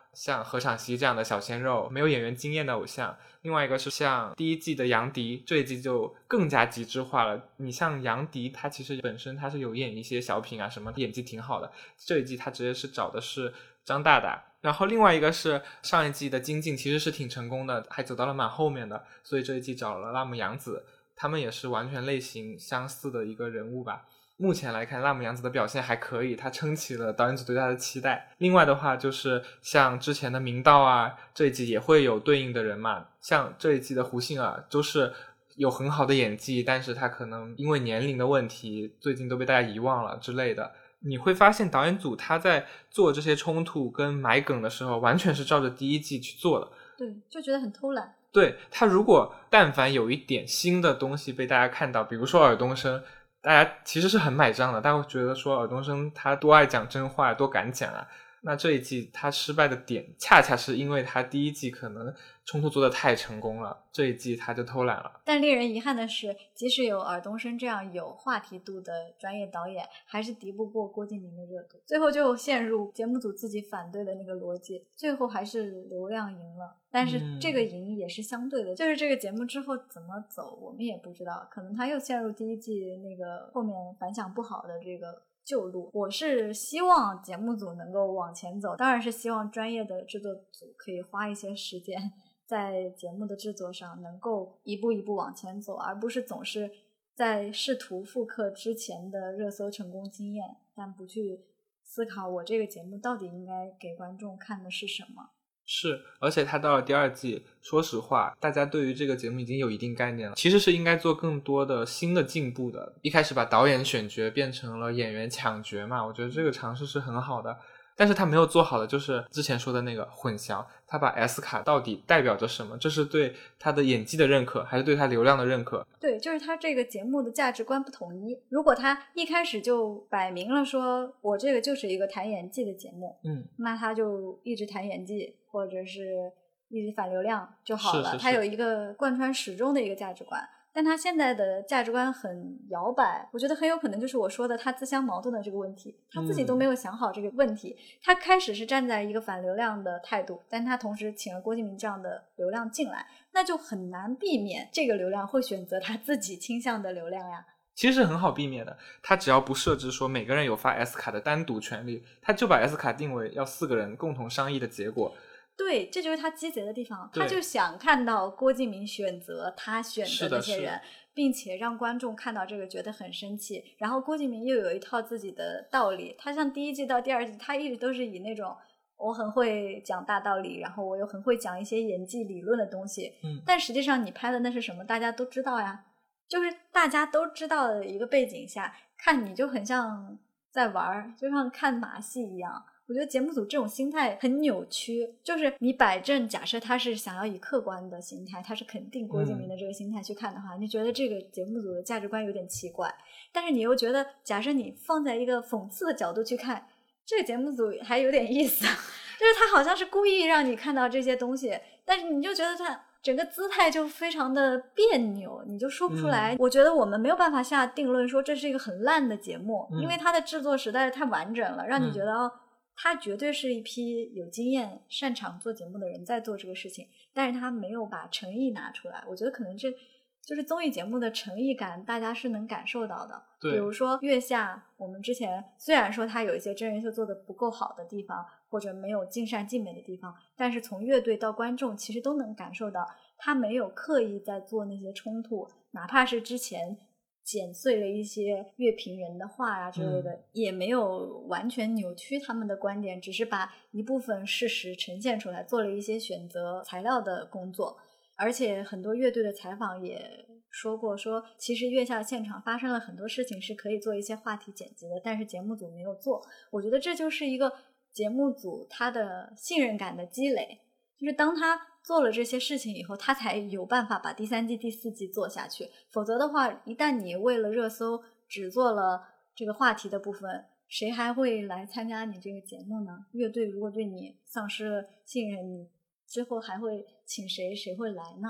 像何昶希这样的小鲜肉，没有演员经验的偶像，另外一个是像第一季的杨迪，这一季就更加极致化了。你像杨迪他其实本身他是有演一些小品啊什么，演技挺好的，这一季他直接是找的是张大大。然后另外一个是上一季的金靖其实是挺成功的，还走到了蛮后面的，所以这一季找了辣目洋子，他们也是完全类型相似的一个人物吧。目前来看辣目洋子的表现还可以，他撑起了导演组对他的期待。另外的话就是像之前的明道啊，这一季也会有对应的人嘛，像这一季的胡杏儿都是有很好的演技，但是他可能因为年龄的问题最近都被大家遗忘了之类的。你会发现导演组他在做这些冲突跟埋梗的时候完全是照着第一季去做的， 对，就觉得很偷懒。 对，他如果但凡有一点新的东西被大家看到，比如说尔冬升，大家其实是很买账的，大家会觉得说尔冬升他多爱讲真话，多敢讲啊。那这一季他失败的点恰恰是因为他第一季可能冲突做得太成功了，这一季他就偷懒了。 但令人遗憾的是，即使有尔冬升这样有话题度的专业导演，还是敌不过郭敬明的热度，最后就陷入节目组自己反对的那个逻辑，最后还是流量赢了。但是这个赢也是相对的，就是这个节目之后怎么走我们也不知道，可能他又陷入第一季那个后面反响不好的这个旧路。我是希望节目组能够往前走，当然是希望专业的制作组可以花一些时间在节目的制作上能够一步一步往前走，而不是总是在试图复刻之前的热搜成功经验，但不去思考我这个节目到底应该给观众看的是什么。 是，而且他到了第二季，说实话大家对于这个节目已经有一定概念了，其实是应该做更多的新的进步的。一开始把导演选角变成了演员抢角嘛，我觉得这个尝试是很好的，但是他没有做好的就是之前说的那个混淆，他把 S 卡到底代表着什么，这是对他的演技的认可还是对他流量的认可？ 对，就是他这个节目的价值观不统一。如果他一开始就摆明了说我这个就是一个谈演技的节目，那他就一直谈演技或者是一直反流量就好了，他有一个贯穿始终的一个价值观。但他现在的价值观很摇摆，我觉得很有可能就是我说的他自相矛盾的这个问题，他自己都没有想好这个问题。他开始是站在一个反流量的态度，但他同时请了郭敬明这样的流量进来，那就很难避免这个流量会选择他自己倾向的流量呀。 其实是很好避免的，他只要不设置说每个人有发 S 卡的单独权利，他就把 S 卡定为要4个人共同商议的结果。 对，这就是他鸡贼的地方，他就想看到郭敬明选择他选的那些人，并且让观众看到这个觉得很生气。然后郭敬明又有一套自己的道理，他像第一季到第二季他一直都是以那种我很会讲大道理，然后我又很会讲一些演技理论的东西，但实际上你拍的那是什么大家都知道呀，就是大家都知道的一个背景下看你就很像在玩，就像看马戏一样。我觉得节目组这种心态很扭曲，就是你摆正假设他是想要以客观的心态，他是肯定郭敬明的这个心态去看的话，你觉得这个节目组的价值观有点奇怪。但是你又觉得假设你放在一个讽刺的角度去看，这个节目组还有点意思，就是他好像是故意让你看到这些东西，但是你就觉得他整个姿态就非常的别扭，你就说不出来。我觉得我们没有办法下定论说这是一个很烂的节目，因为它的制作实在是太完整了，让你觉得他绝对是一批有经验擅长做节目的人在做这个事情，但是他没有把诚意拿出来。我觉得可能这就是综艺节目的诚意感大家是能感受到的。比如说月下，我们之前虽然说他有一些真人秀做的不够好的地方，或者没有尽善尽美的地方，但是从乐队到观众其实都能感受到他没有刻意在做那些冲突，哪怕是之前剪碎了一些乐评人的话啊之类的，也没有完全扭曲他们的观点，只是把一部分事实呈现出来，做了一些选择材料的工作。而且很多乐队的采访也说过，说其实月下现场发生了很多事情是可以做一些话题剪辑的，但是节目组没有做。我觉得这就是一个节目组他的信任感的积累，就是当他做了这些事情以后，他才有办法把第3季第4季做下去。否则的话，一旦你为了热搜只做了这个话题的部分，谁还会来参加你这个节目呢？乐队如果对你丧失了信任，你之后还会请谁会来呢？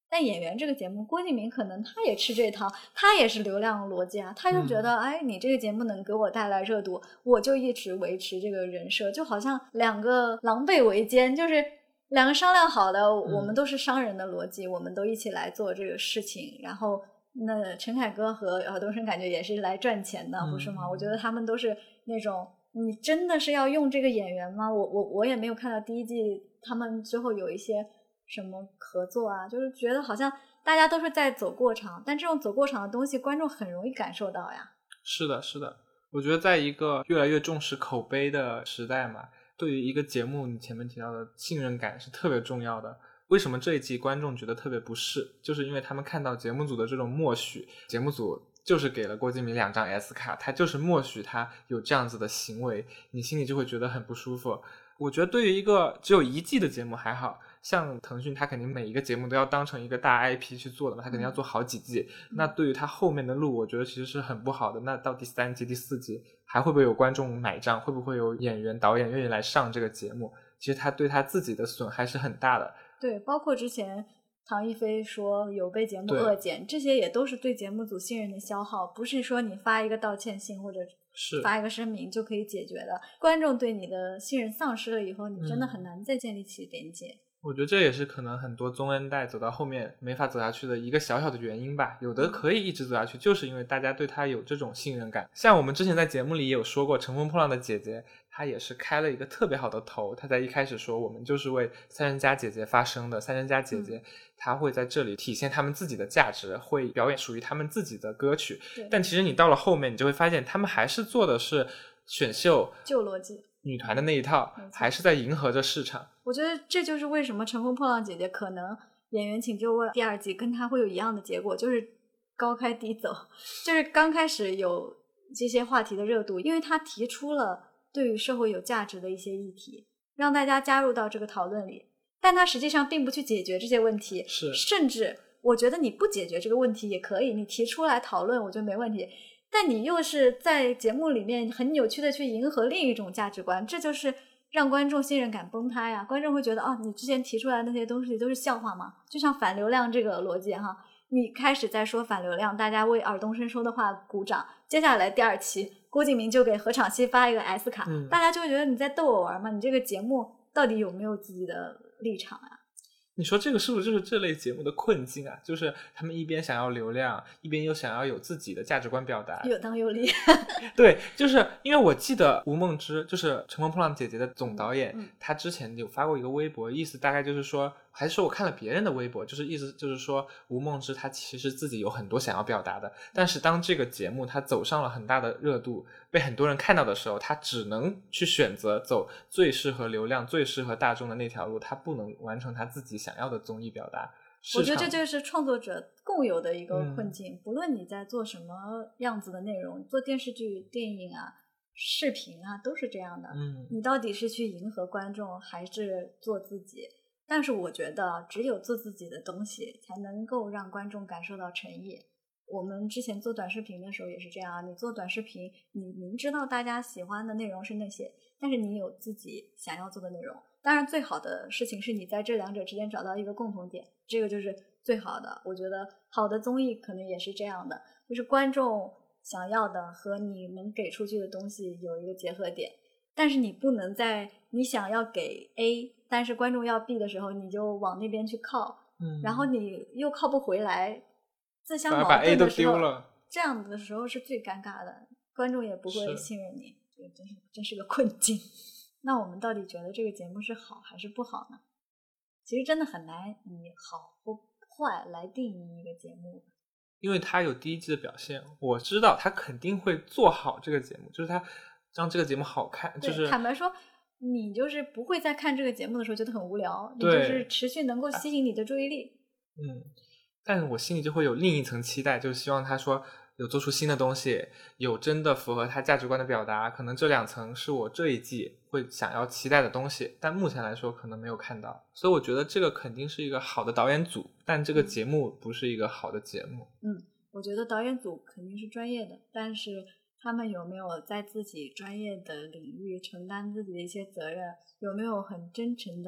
但演员这个节目，郭敬明可能他也吃这套，他也是流量逻辑啊，他就觉得哎，你这个节目能给我带来热度，我就一直维持这个人设，就好像两个狼狈为奸，就是两个商量好的，我们都是商人的逻辑，我们都一起来做这个事情，然后那陈凯歌和尔冬升感觉也是来赚钱的，不是吗？我觉得他们都是那种，你真的是要用这个演员吗？我也没有看到第一季他们之后有一些什么合作啊，就是觉得好像大家都是在走过场，但这种走过场的东西观众很容易感受到呀。 是的是的，我觉得在一个越来越重视口碑的时代嘛，对于一个节目你前面提到的信任感是特别重要的。为什么这一季观众觉得特别不适，就是因为他们看到节目组的这种默许，节目组就是给了郭敬明2张 S 卡，他就是默许他有这样子的行为，你心里就会觉得很不舒服。我觉得对于一个只有1季的节目还好，像腾讯他肯定每一个节目都要当成一个大 IP 去做的嘛，他肯定要做好几季，那对于他后面的路我觉得其实是很不好的。那到第3季第4季还会不会有观众买账，会不会有演员导演愿意来上这个节目，其实他对他自己的损害是很大的。 对，包括之前唐一菲说有被节目恶剪，这些也都是对节目组信任的消耗，不是说你发一个道歉信或者发一个声明就可以解决的。观众对你的信任丧失了以后，你真的很难再建立起连接。 我觉得这也是可能很多综恩代走到后面没法走下去的一个小小的原因吧。有的可以一直走下去，就是因为大家对他有这种信任感。像我们之前在节目里也有说过，乘风破浪的姐姐她也是开了一个特别好的头，她在一开始说我们就是为三人家姐姐发声的，三人家姐姐她会在这里体现他们自己的价值，会表演属于他们自己的歌曲。但其实你到了后面你就会发现他们还是做的是选秀旧逻辑女团的那一套，还是在迎合着市场。 我觉得这就是为什么乘风破浪姐姐可能演员请就位第2季跟她会有一样的结果，就是高开低走。就是刚开始有这些话题的热度，因为她提出了对于社会有价值的一些议题，让大家加入到这个讨论里，但她实际上并不去解决这些问题，甚至我觉得你不解决这个问题也可以，你提出来讨论我觉得没问题，但你又是在节目里面很扭曲的去迎合另一种价值观，这就是让观众信任感崩塌呀。观众会觉得你之前提出来的那些东西都是笑话吗？就像反流量这个逻辑哈，你开始在说反流量，大家为尔冬升说的话鼓掌，接下来第2期郭敬明就给何昶希发一个 S 卡，大家就会觉得你在逗我玩吗？你这个节目到底有没有自己的立场啊？ 你说这个是不是就是这类节目的困境啊？就是他们一边想要流量，一边又想要有自己的价值观表达， 有当有理。 对，就是因为我记得吴梦之就是乘风破浪姐姐的总导演，他之前有发过一个微博，意思大概就是说，还是说我看了别人的微博，就是意思就是说吴梦之他其实自己有很多想要表达的，但是当这个节目他走上了很大的热度，被很多人看到的时候，他只能去选择走最适合流量最适合大众的那条路，他不能完成他自己想要的综艺表达。 我觉得这就是创作者共有的一个困境，不论你在做什么样子的内容，做电视剧、电影啊、视频啊，都是这样的。你到底是去迎合观众还是做自己？但是我觉得只有做自己的东西才能够让观众感受到诚意。我们之前做短视频的时候也是这样，你做短视频你明知道大家喜欢的内容是那些，但是你有自己想要做的内容，当然最好的事情是你在这两者之间找到一个共同点，这个就是最好的。我觉得好的综艺可能也是这样的，就是观众想要的和你能给出去的东西有一个结合点，但是你不能在你想要给 A 但是观众要 B 的时候你就往那边去靠，然后你又靠不回来，自相矛盾的时候，这样的时候是最尴尬的，观众也不会信任你，这真是个困境。那我们到底觉得这个节目是好还是不好呢？其实真的很难以好或坏来定义一个节目， 因为他有第1季的表现，我知道他肯定会做好这个节目，就是他让这个节目好看。就是坦白说，你就是不会在看这个节目的时候觉得很无聊，你就是持续能够吸引你的注意力。 但我心里就会有另一层期待，就是希望他说有做出新的东西，有真的符合他价值观的表达，可能这2层是我这一季会想要期待的东西，但目前来说可能没有看到，所以我觉得这个肯定是一个好的导演组，但这个节目不是一个好的节目。 我觉得导演组肯定是专业的，但是他们有没有在自己专业的领域承担自己的一些责任，有没有很真诚的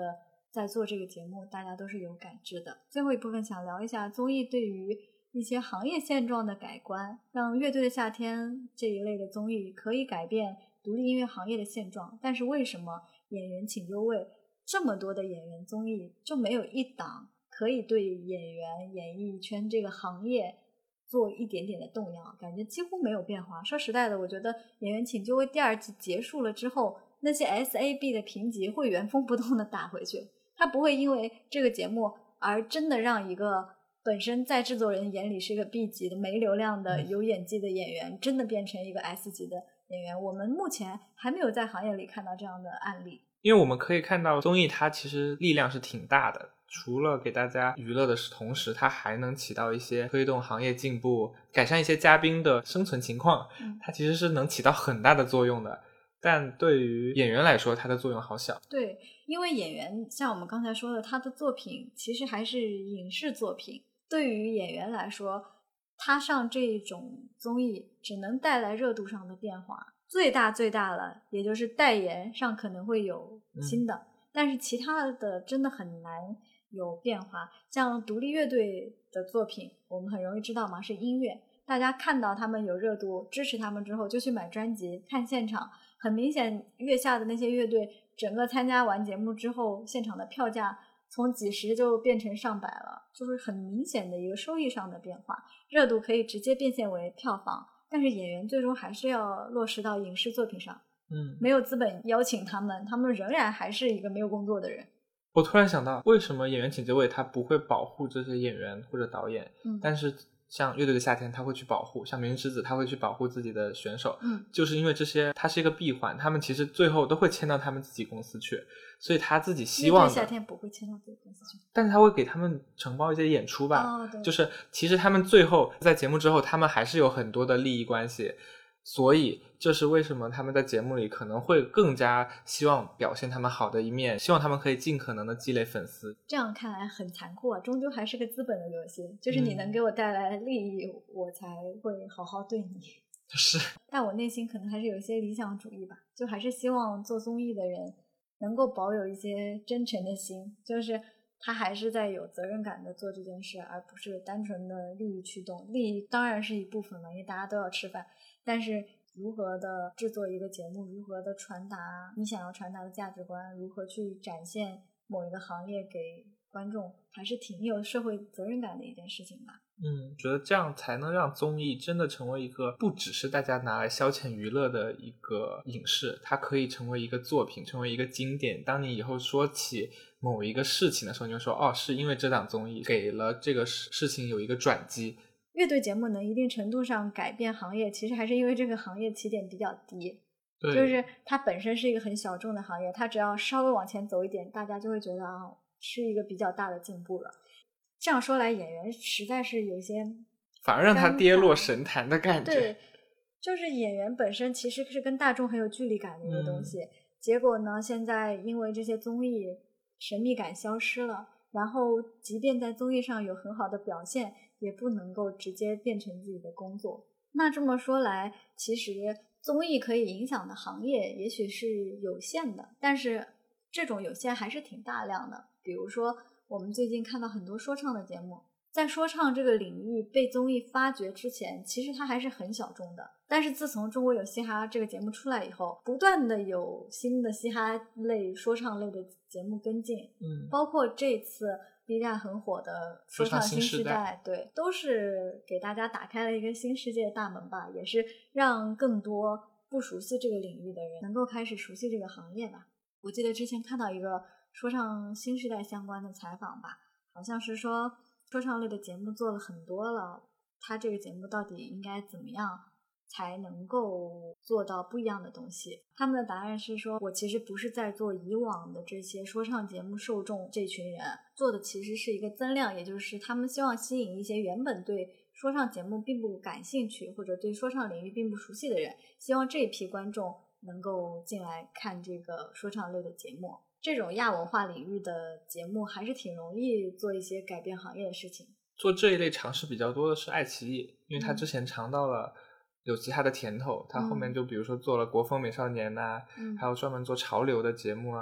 在做这个节目，大家都是有感知的。最后一部分想聊一下综艺对于一些行业现状的改观，让乐队的夏天这一类的综艺可以改变独立音乐行业的现状，但是为什么演员请就位这么多的演员综艺就没有一档可以对演员演艺圈这个行业做一点点的动摇，感觉几乎没有变化。说实在的，我觉得演员请就位第2季结束了之后，那些 SAB 的评级会原封不动的打回去，他不会因为这个节目而真的让一个本身在制作人眼里是一个 B 级的没流量的有演技的演员真的变成一个 S 级的演员。我们目前还没有在行业里看到这样的案例。 因为我们可以看到综艺它其实力量是挺大的，除了给大家娱乐的同时，它还能起到一些推动行业进步，改善一些嘉宾的生存情况，它其实是能起到很大的作用的。但对于演员来说，它的作用好小。 对，因为演员像我们刚才说的，他的作品其实还是影视作品，对于演员来说，他上这种综艺只能带来热度上的变化，最大了也就是代言上可能会有新的，但是其他的真的很难有变化。像独立乐队的作品我们很容易知道嘛，是音乐，大家看到他们有热度支持他们之后就去买专辑看现场，很明显月下的那些乐队整个参加完节目之后，现场的票价从几十就变成上百了，就是很明显的一个收益上的变化，热度可以直接变现为票房，但是演员最终还是要落实到影视作品上。没有资本邀请他们，他们仍然还是一个没有工作的人。 我突然想到，为什么演员请就位他不会保护这些演员或者导演，但是像乐队的夏天他会去保护，像明日之子他会去保护自己的选手，就是因为这些它是一个闭环，他们其实最后都会签到他们自己公司去，所以他自己希望的乐队夏天不会签到自己公司去， 但是他会给他们承包一些演出吧， 对， 就是其实他们最后在节目之后他们还是有很多的利益关系，所以这是为什么他们在节目里可能会更加希望表现他们好的一面，希望他们可以尽可能的积累粉丝。 这样看来很残酷啊，终究还是个资本的游戏，就是你能给我带来利益，我才会好好对你。 是， 但我内心可能还是有一些理想主义吧，就还是希望做综艺的人能够保有一些真诚的心，就是他还是在有责任感的做这件事，而不是单纯的利益驱动。利益当然是一部分了，因为大家都要吃饭，但是如何的制作一个节目，如何的传达你想要传达的价值观，如何去展现某一个行业给观众，还是挺有社会责任感的一件事情吧。 觉得这样才能让综艺真的成为一个不只是大家拿来消遣娱乐的一个影视，它可以成为一个作品，成为一个经典。当你以后说起某一个事情的时候，你就说是因为这档综艺给了这个事情有一个转机。 乐队节目能一定程度上改变行业，其实还是因为这个行业起点比较低，就是它本身是一个很小众的行业，它只要稍微往前走一点，大家就会觉得是一个比较大的进步了。这样说来，演员实在是有些反而让他跌落神坛的感觉。 对，就是演员本身其实是跟大众很有距离感的一个东西，结果呢，现在因为这些综艺神秘感消失了，然后即便在综艺上有很好的表现，也不能够直接变成自己的工作。那这么说来，其实综艺可以影响的行业也许是有限的，但是这种有限还是挺大量的。比如说我们最近看到很多说唱的节目，在说唱这个领域被综艺发掘之前，其实它还是很小众的，但是自从中国有嘻哈这个节目出来以后，不断的有新的嘻哈类说唱类的节目跟进，包括这次 B 站很火的说唱新时代，对，都是给大家打开了一个新世界的大门吧，也是让更多不熟悉这个领域的人能够开始熟悉这个行业吧。我记得之前看到一个说唱新时代相关的采访吧，好像是说说唱类的节目做了很多了，他这个节目到底应该怎么样才能够做到不一样的东西。他们的答案是说，我其实不是在做以往的这些说唱节目受众这群人，做的其实是一个增量，也就是他们希望吸引一些原本对说唱节目并不感兴趣或者对说唱领域并不熟悉的人，希望这一批观众能够进来看这个说唱类的节目。这种亚文化领域的节目还是挺容易做一些改变行业的事情。 做这一类尝试比较多的是爱奇艺，因为他之前尝到了有其他的甜头，他后面就比如说做了国风美少年还有专门做潮流的节目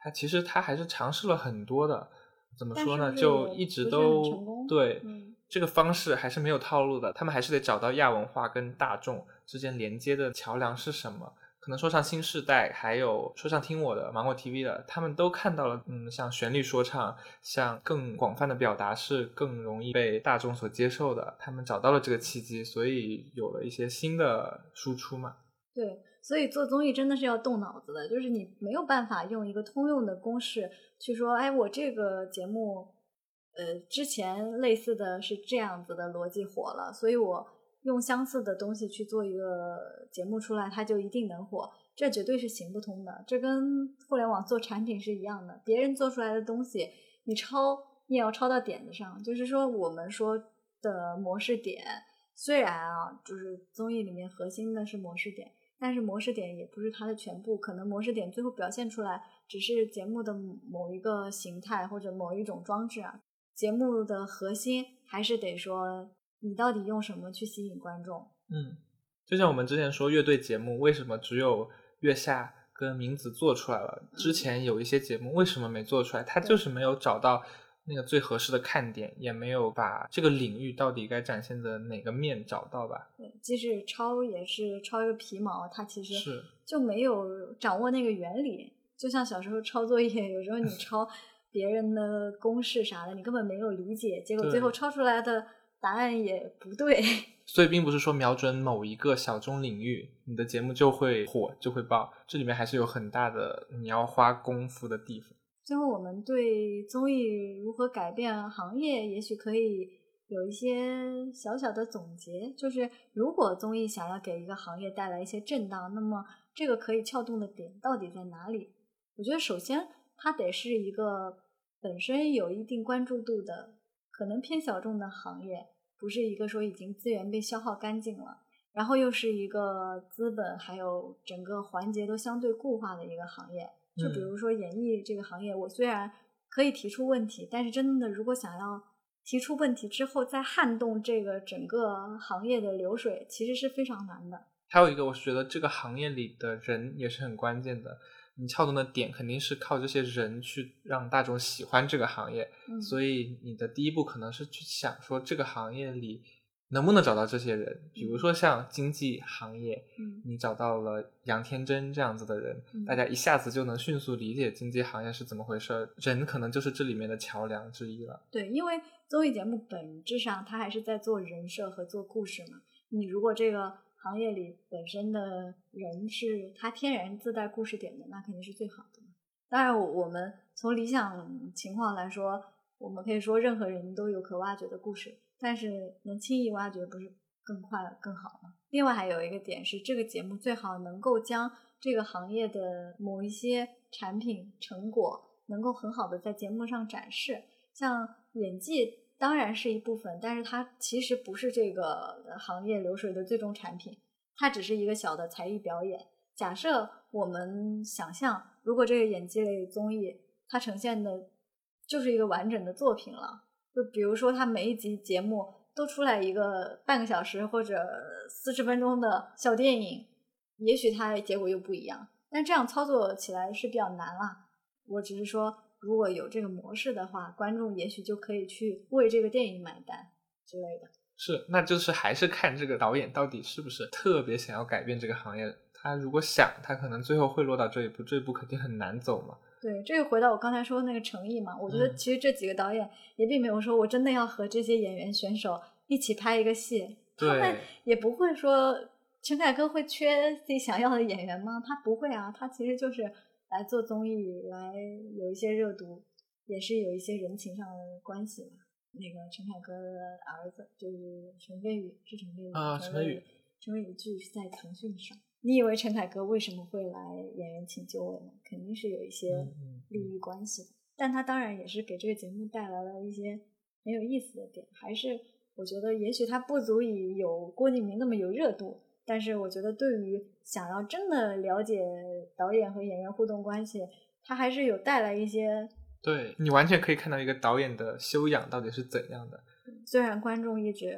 其实他还是尝试了很多的，怎么说呢， 但是就一直都对、 这个方式还是没有套路的，他们还是得找到亚文化跟大众之间连接的桥梁是什么。可能说唱新世代还有说唱听我的芒果 TV 的，他们都看到了像旋律说唱，像更广泛的表达是更容易被大众所接受的，他们找到了这个契机，所以有了一些新的输出嘛。 对，所以做综艺真的是要动脑子的，就是你没有办法用一个通用的公式去说，哎，我这个节目之前类似的是这样子的逻辑火了，所以我用相似的东西去做一个节目出来，它就一定能火，这绝对是行不通的。这跟互联网做产品是一样的，别人做出来的东西你抄，你也要抄到点子上。就是说我们说的模式点，虽然啊，就是综艺里面核心的是模式点，但是模式点也不是它的全部，可能模式点最后表现出来只是节目的某一个形态或者某一种装置啊。节目的核心还是得说你到底用什么去吸引观众。 就像我们之前说乐队节目为什么只有月下跟明子做出来了，之前有一些节目为什么没做出来，他就是没有找到那个最合适的看点，也没有把这个领域到底该展现的哪个面找到吧。 对，即使抄也是抄一个皮毛，它其实是就没有掌握那个原理。就像小时候抄作业，有时候你抄别人的公式啥的，你根本没有理解，结果最后抄出来的答案也不对。 所以并不是说瞄准某一个小众领域你的节目就会火就会爆，这里面还是有很大的你要花功夫的地方。 最后我们对综艺如何改变行业也许可以有一些小小的总结，就是如果综艺想要给一个行业带来一些震荡，那么这个可以撬动的点到底在哪里？我觉得首先它得是一个本身有一定关注度的可能偏小众的行业，不是一个说已经资源被消耗干净了，然后又是一个资本还有整个环节都相对固化的一个行业。就比如说演艺这个行业，我虽然可以提出问题，但是真的如果想要提出问题之后再撼动这个整个行业的流水，其实是非常难的。 还有一个我觉得这个行业里的人也是很关键的，你撬动的点肯定是靠这些人去让大众喜欢这个行业，所以你的第一步可能是去想说这个行业里能不能找到这些人，比如说像经济行业，你找到了杨天真这样子的人，大家一下子就能迅速理解经济行业是怎么回事，人可能就是这里面的桥梁之一了。 对，因为综艺节目本质上它还是在做人设和做故事嘛，你如果这个行业里本身的人是他天然自带故事点的，那肯定是最好的。当然我们从理想情况来说，我们可以说任何人都有可挖掘的故事，但是能轻易挖掘不是更快更好吗？另外还有一个点是，这个节目最好能够将这个行业的某一些产品成果能够很好的在节目上展示。像演技当然是一部分，但是它其实不是这个行业流水的最终产品，它只是一个小的才艺表演。假设我们想象，如果这个演技类综艺它呈现的就是一个完整的作品了，就比如说它每一集节目都出来一个半个小时或者40分钟的小电影，也许它结果又不一样，但这样操作起来是比较难啦。我只是说如果有这个模式的话，观众也许就可以去为这个电影买单之类的。 是，那就是还是看这个导演到底是不是特别想要改变这个行业，他如果想，他可能最后会落到这一步，这一步肯定很难走嘛。 对，这个回到我刚才说的那个诚意嘛，我觉得其实这几个导演也并没有说我真的要和这些演员选手一起拍一个戏，他们也不会说陈凯歌会缺自己想要的演员吗？他不会啊，他其实就是来做综艺，来有一些热度，也是有一些人情上的关系嘛。那个陈凯歌的儿子就是陈飞宇，是陈飞宇啊，陈飞宇剧是在腾讯上。你以为陈凯歌为什么会来演员请就位呢？肯定是有一些利益关系的，但他当然也是给这个节目带来了一些很有意思的点。还是我觉得也许他不足以有郭敬明那么有热度，但是我觉得对于想要真的了解导演和演员互动关系，他还是有带来一些，对， 你完全可以看到一个导演的修养到底是怎样的。 虽然观众一直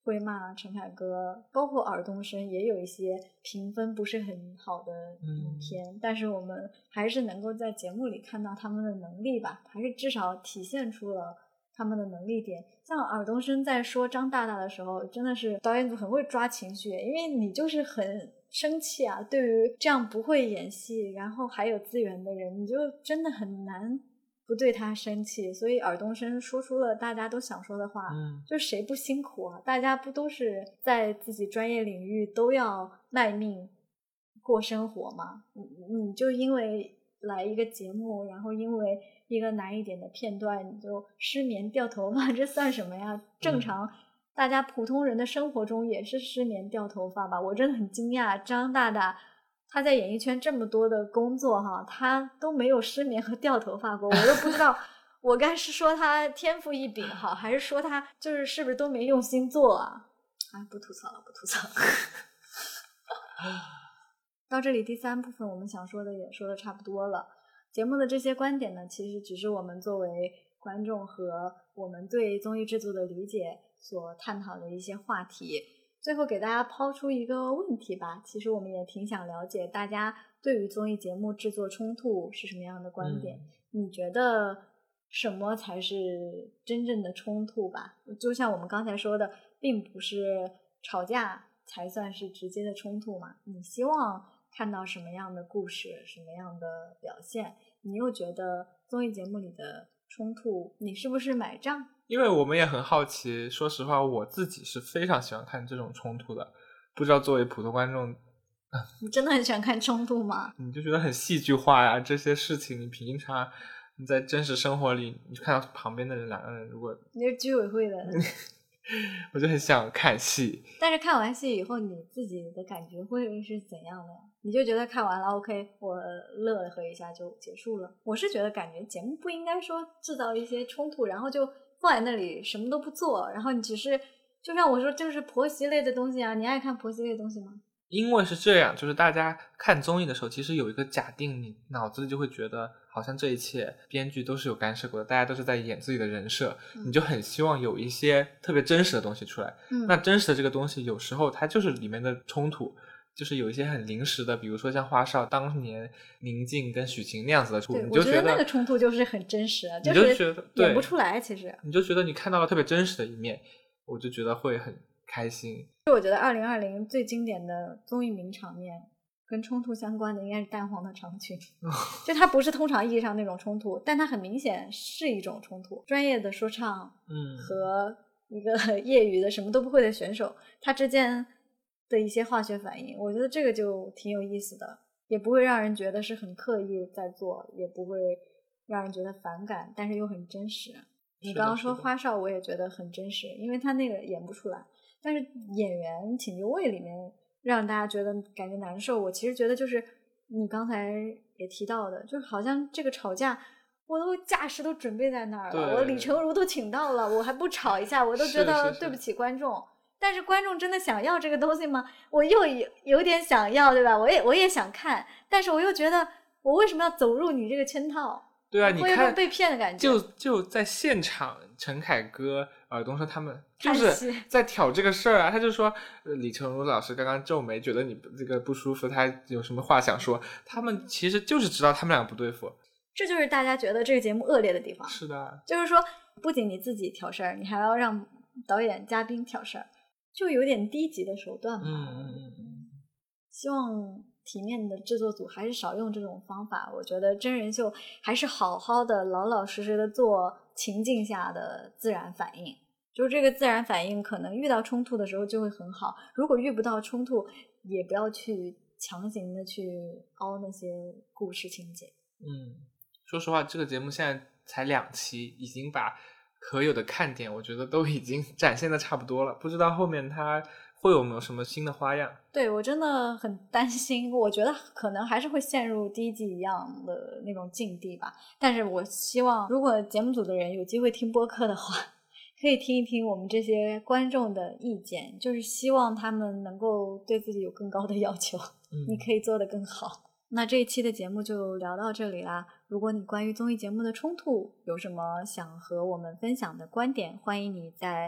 会骂陈凯歌，包括尔冬升也有一些评分不是很好的影片，但是我们还是能够在节目里看到他们的能力吧，还是至少体现出了他们的能力点。像尔冬升在说张大大的时候，真的是导演组很会抓情绪，因为你就是很生气啊，对于这样不会演戏然后还有资源的人，你就真的很难不对他生气。所以尔冬升说出了大家都想说的话，就是谁不辛苦啊，大家不都是在自己专业领域都要卖命过生活吗？你就因为来一个节目，然后因为一个难一点的片段你就失眠掉头发，这算什么呀？正常大家普通人的生活中也是失眠掉头发吧。我真的很惊讶，张大大他在演艺圈这么多的工作哈，他都没有失眠和掉头发过，我都不知道我该是说他天赋异禀好，还是说他是不是都没用心做啊？不吐槽了，不吐槽了。到这里第3部分我们想说的也说的差不多了。节目的这些观点呢，其实只是我们作为观众和我们对综艺制作的理解所探讨的一些话题。最后给大家抛出一个问题吧，其实我们也挺想了解大家对于综艺节目制作冲突是什么样的观点，你觉得什么才是真正的冲突吧？就像我们刚才说的，并不是吵架才算是直接的冲突嘛，你希望看到什么样的故事，什么样的表现，你又觉得综艺节目里的冲突你是不是买账？ 因为我们也很好奇，说实话我自己是非常喜欢看这种冲突的，不知道作为普通观众你真的很喜欢看冲突吗？ 你就觉得很戏剧化呀，这些事情你平常你在真实生活里你看到旁边的人2个人如果你是居委会的我就很想看戏。 但是看完戏以后你自己的感觉会是怎样的呀？你就觉得看完了 OK 我乐呵一下就结束了？我是觉得感觉节目不应该说制造一些冲突然后就放在那里什么都不做，然后你只是就像我说就是婆媳类的东西啊，你爱看婆媳类的东西吗？ 因为是这样，就是大家看综艺的时候其实有一个假定，你脑子里就会觉得好像这一切编剧都是有干涉过的，大家都是在演自己的人设，你就很希望有一些特别真实的东西出来。那真实的这个东西有时候它就是里面的冲突，就是有一些很临时的，比如说像花少当年宁静跟许晴那样子的冲突， 对， 你就我觉得那个冲突就是很真实， 你就觉得演不出来。其实你就觉得你看到了特别真实的一面，我就觉得会很开心。 我觉得2020最经典的综艺名场面跟冲突相关的应该是蛋黄的长裙就它不是通常意义上那种冲突，但它很明显是一种冲突。专业的说唱和一个业余的什么都不会的选手，他之间的一些化学反应，我觉得这个就挺有意思的，也不会让人觉得是很刻意在做，也不会让人觉得反感，但是又很真实。你刚刚说花少我也觉得很真实，因为他那个演不出来，但是演员请就位里面让大家觉得感觉难受，我其实觉得就是你刚才也提到的，就是好像这个吵架我都架势都准备在那儿了，我李成儒都请到了，我还不吵一下，我都觉得对不起观众。但是观众真的想要这个东西吗？我又有点想要，对吧？我也想看，但是我又觉得我为什么要走入你这个圈套？ 对啊，你看被骗的感觉。 就在现场，陈凯歌、尔冬升他们就是在挑这个事儿啊。他就说李成儒老师刚刚皱眉，觉得你这个不舒服，他有什么话想说？他们其实就是知道他们俩不对付。 这就是大家觉得这个节目恶劣的地方。 是的， 就是说不仅你自己挑事儿，你还要让导演嘉宾挑事儿，就有点低级的手段吧。希望体面的制作组还是少用这种方法。我觉得真人秀还是好好的老老实实的做情境下的自然反应，就是这个自然反应可能遇到冲突的时候就会很好，如果遇不到冲突也不要去强行的去凹那些故事情节。 说实话这个节目现在才2期，已经把可有的看点我觉得都已经展现的差不多了，不知道后面它会有没有什么新的花样。 对，我真的很担心，我觉得可能还是会陷入第一季一样的那种境地吧。但是我希望如果节目组的人有机会听播客的话，可以听一听我们这些观众的意见，就是希望他们能够对自己有更高的要求，你可以做得更好。那这一期的节目就聊到这里啦。如果你关于综艺节目的冲突有什么想和我们分享的观点，欢迎你在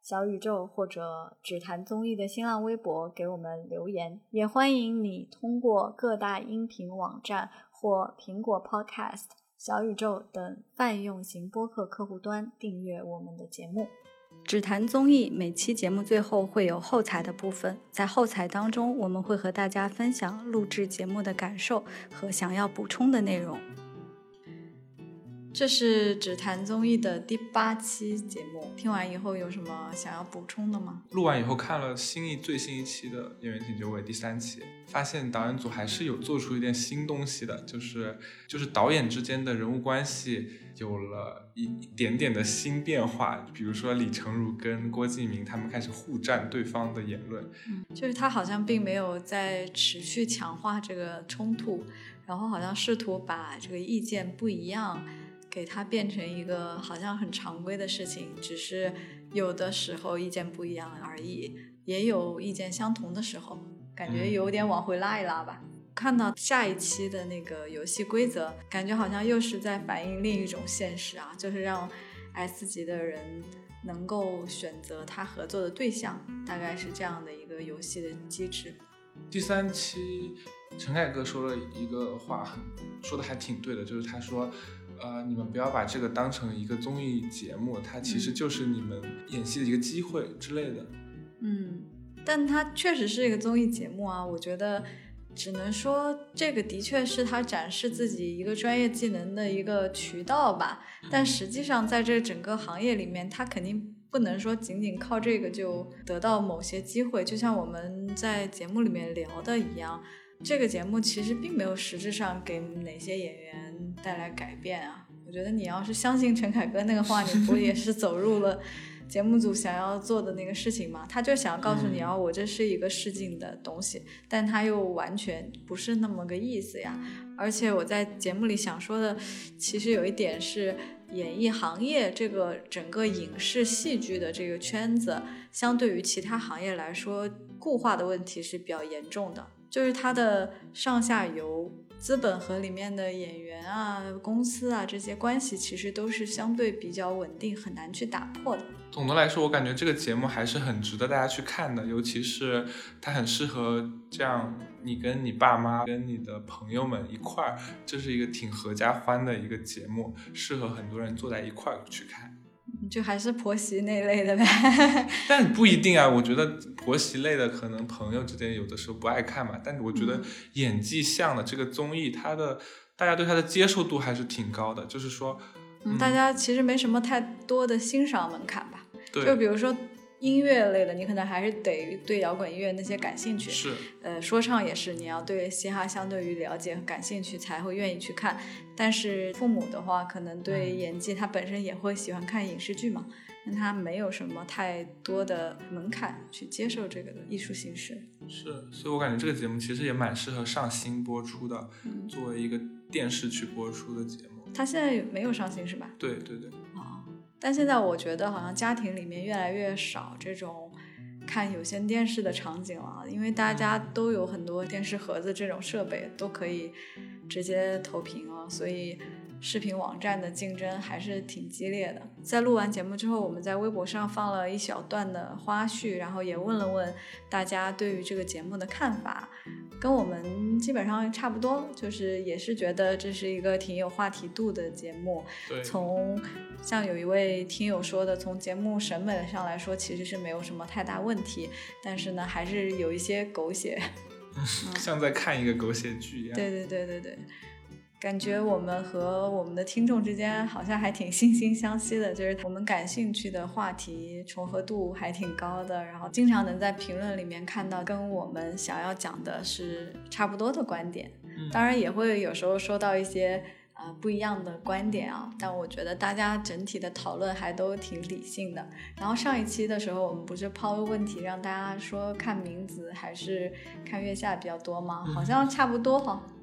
小宇宙或者只谈综艺的新浪微博给我们留言，也欢迎你通过各大音频网站或苹果 Podcast、 小宇宙等泛用型播客客户端订阅我们的节目。只谈综艺每期节目最后会有后采的部分，在后采当中我们会和大家分享录制节目的感受和想要补充的内容。这是只谈综艺的第8期节目，听完以后有什么想要补充的吗？ 录完以后看了最新一期的《演员请就位》第3期，发现导演组还是有做出一点新东西的，就是导演之间的人物关系有了一点点的新变化，比如说李成儒跟郭敬明他们开始互战对方的言论， 就是他好像并没有在持续强化这个冲突，然后好像试图把这个意见不一样给它变成一个好像很常规的事情，只是有的时候意见不一样而已，也有意见相同的时候，感觉有点往回拉一拉吧。看到下一期的那个游戏规则，感觉好像又是在反映另一种现实啊，就是让 S 级的人能够选择他合作的对象，大概是这样的一个游戏的机制。 第3期陈凯歌说了一个话，说的还挺对的，就是他说你们不要把这个当成一个综艺节目，它其实就是你们演戏的一个机会之类的。 但它确实是一个综艺节目啊，我觉得只能说这个的确是他展示自己一个专业技能的一个渠道吧，但实际上在这整个行业里面，他肯定不能说仅仅靠这个就得到某些机会，就像我们在节目里面聊的一样，这个节目其实并没有实质上给哪些演员带来改变啊。我觉得你要是相信陈凯歌那个话，你不也是走入了节目组想要做的那个事情吗？他就想要告诉你我这是一个试镜的东西，但他又完全不是那么个意思呀。而且我在节目里想说的其实有一点是，演艺行业这个整个影视戏剧的这个圈子相对于其他行业来说，固化的问题是比较严重的，就是它的上下游资本和里面的演员啊、公司啊这些关系其实都是相对比较稳定，很难去打破的。 总的来说，我感觉这个节目还是很值得大家去看的，尤其是它很适合这样你跟你爸妈跟你的朋友们一块儿，这是一个挺合家欢的一个节目，适合很多人坐在一块儿去看。 就还是婆媳那类的呗。 但不一定啊，我觉得婆媳类的可能朋友之间有的时候不爱看嘛，但我觉得演技像的这个综艺，大家对它的接受度还是挺高的，就是说大家其实没什么太多的欣赏门槛吧。 对， 就比如说音乐类的，你可能还是得对摇滚音乐那些感兴趣， 是说唱也是，你要对嘻哈相对于了解和感兴趣才会愿意去看。但是父母的话可能对演技他本身也会喜欢看影视剧嘛，但他没有什么太多的门槛去接受这个艺术形式。 是，所以我感觉这个节目其实也蛮适合上新播出的，作为一个电视去播出的节目。 他现在没有上新是吧？ 对对对。 但现在我觉得好像家庭里面越来越少这种看有线电视的场景了，因为大家都有很多电视盒子这种设备都可以直接投屏了，所以视频网站的竞争还是挺激烈的。在录完节目之后，我们在微博上放了一小段的花絮，然后也问了问大家对于这个节目的看法，跟我们基本上差不多，就是也是觉得这是一个挺有话题度的节目。 对， 从像有一位听友说的，从节目审美上来说其实是没有什么太大问题，但是呢还是有一些狗血像在看一个狗血剧一样。 对对对对对，感觉我们和我们的听众之间好像还挺惺惺相惜的，就是我们感兴趣的话题重合度还挺高的，然后经常能在评论里面看到跟我们想要讲的是差不多的观点，当然也会有时候说到一些不一样的观点啊，但我觉得大家整体的讨论还都挺理性的。然后上一期的时候我们不是抛问题让大家说看名字还是看月下比较多吗？好像差不多哈。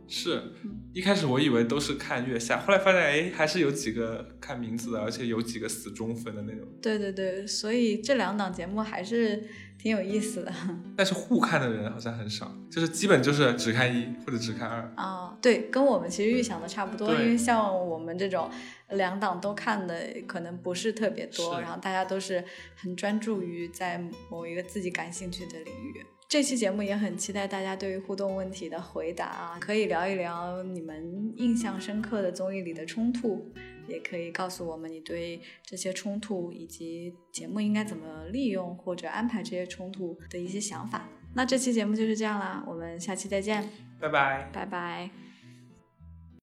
是一开始我以为都是看月下，后来发现还是有几个看名字的，而且有几个死忠粉的那种。 对对对，所以这2档节目还是挺有意思的。 但是互看的人好像很少，就是基本就是只看1或者只看2。 对，跟我们其实预想的差不多，因为像我们这种2档都看的可能不是特别多，然后大家都是很专注于在某一个自己感兴趣的领域。这期节目也很期待大家对于互动问题的回答啊，可以聊一聊你们印象深刻的综艺里的冲突，也可以告诉我们你对这些冲突以及节目应该怎么利用或者安排这些冲突的一些想法。那这期节目就是这样啦，我们下期再见， 拜拜， 拜拜。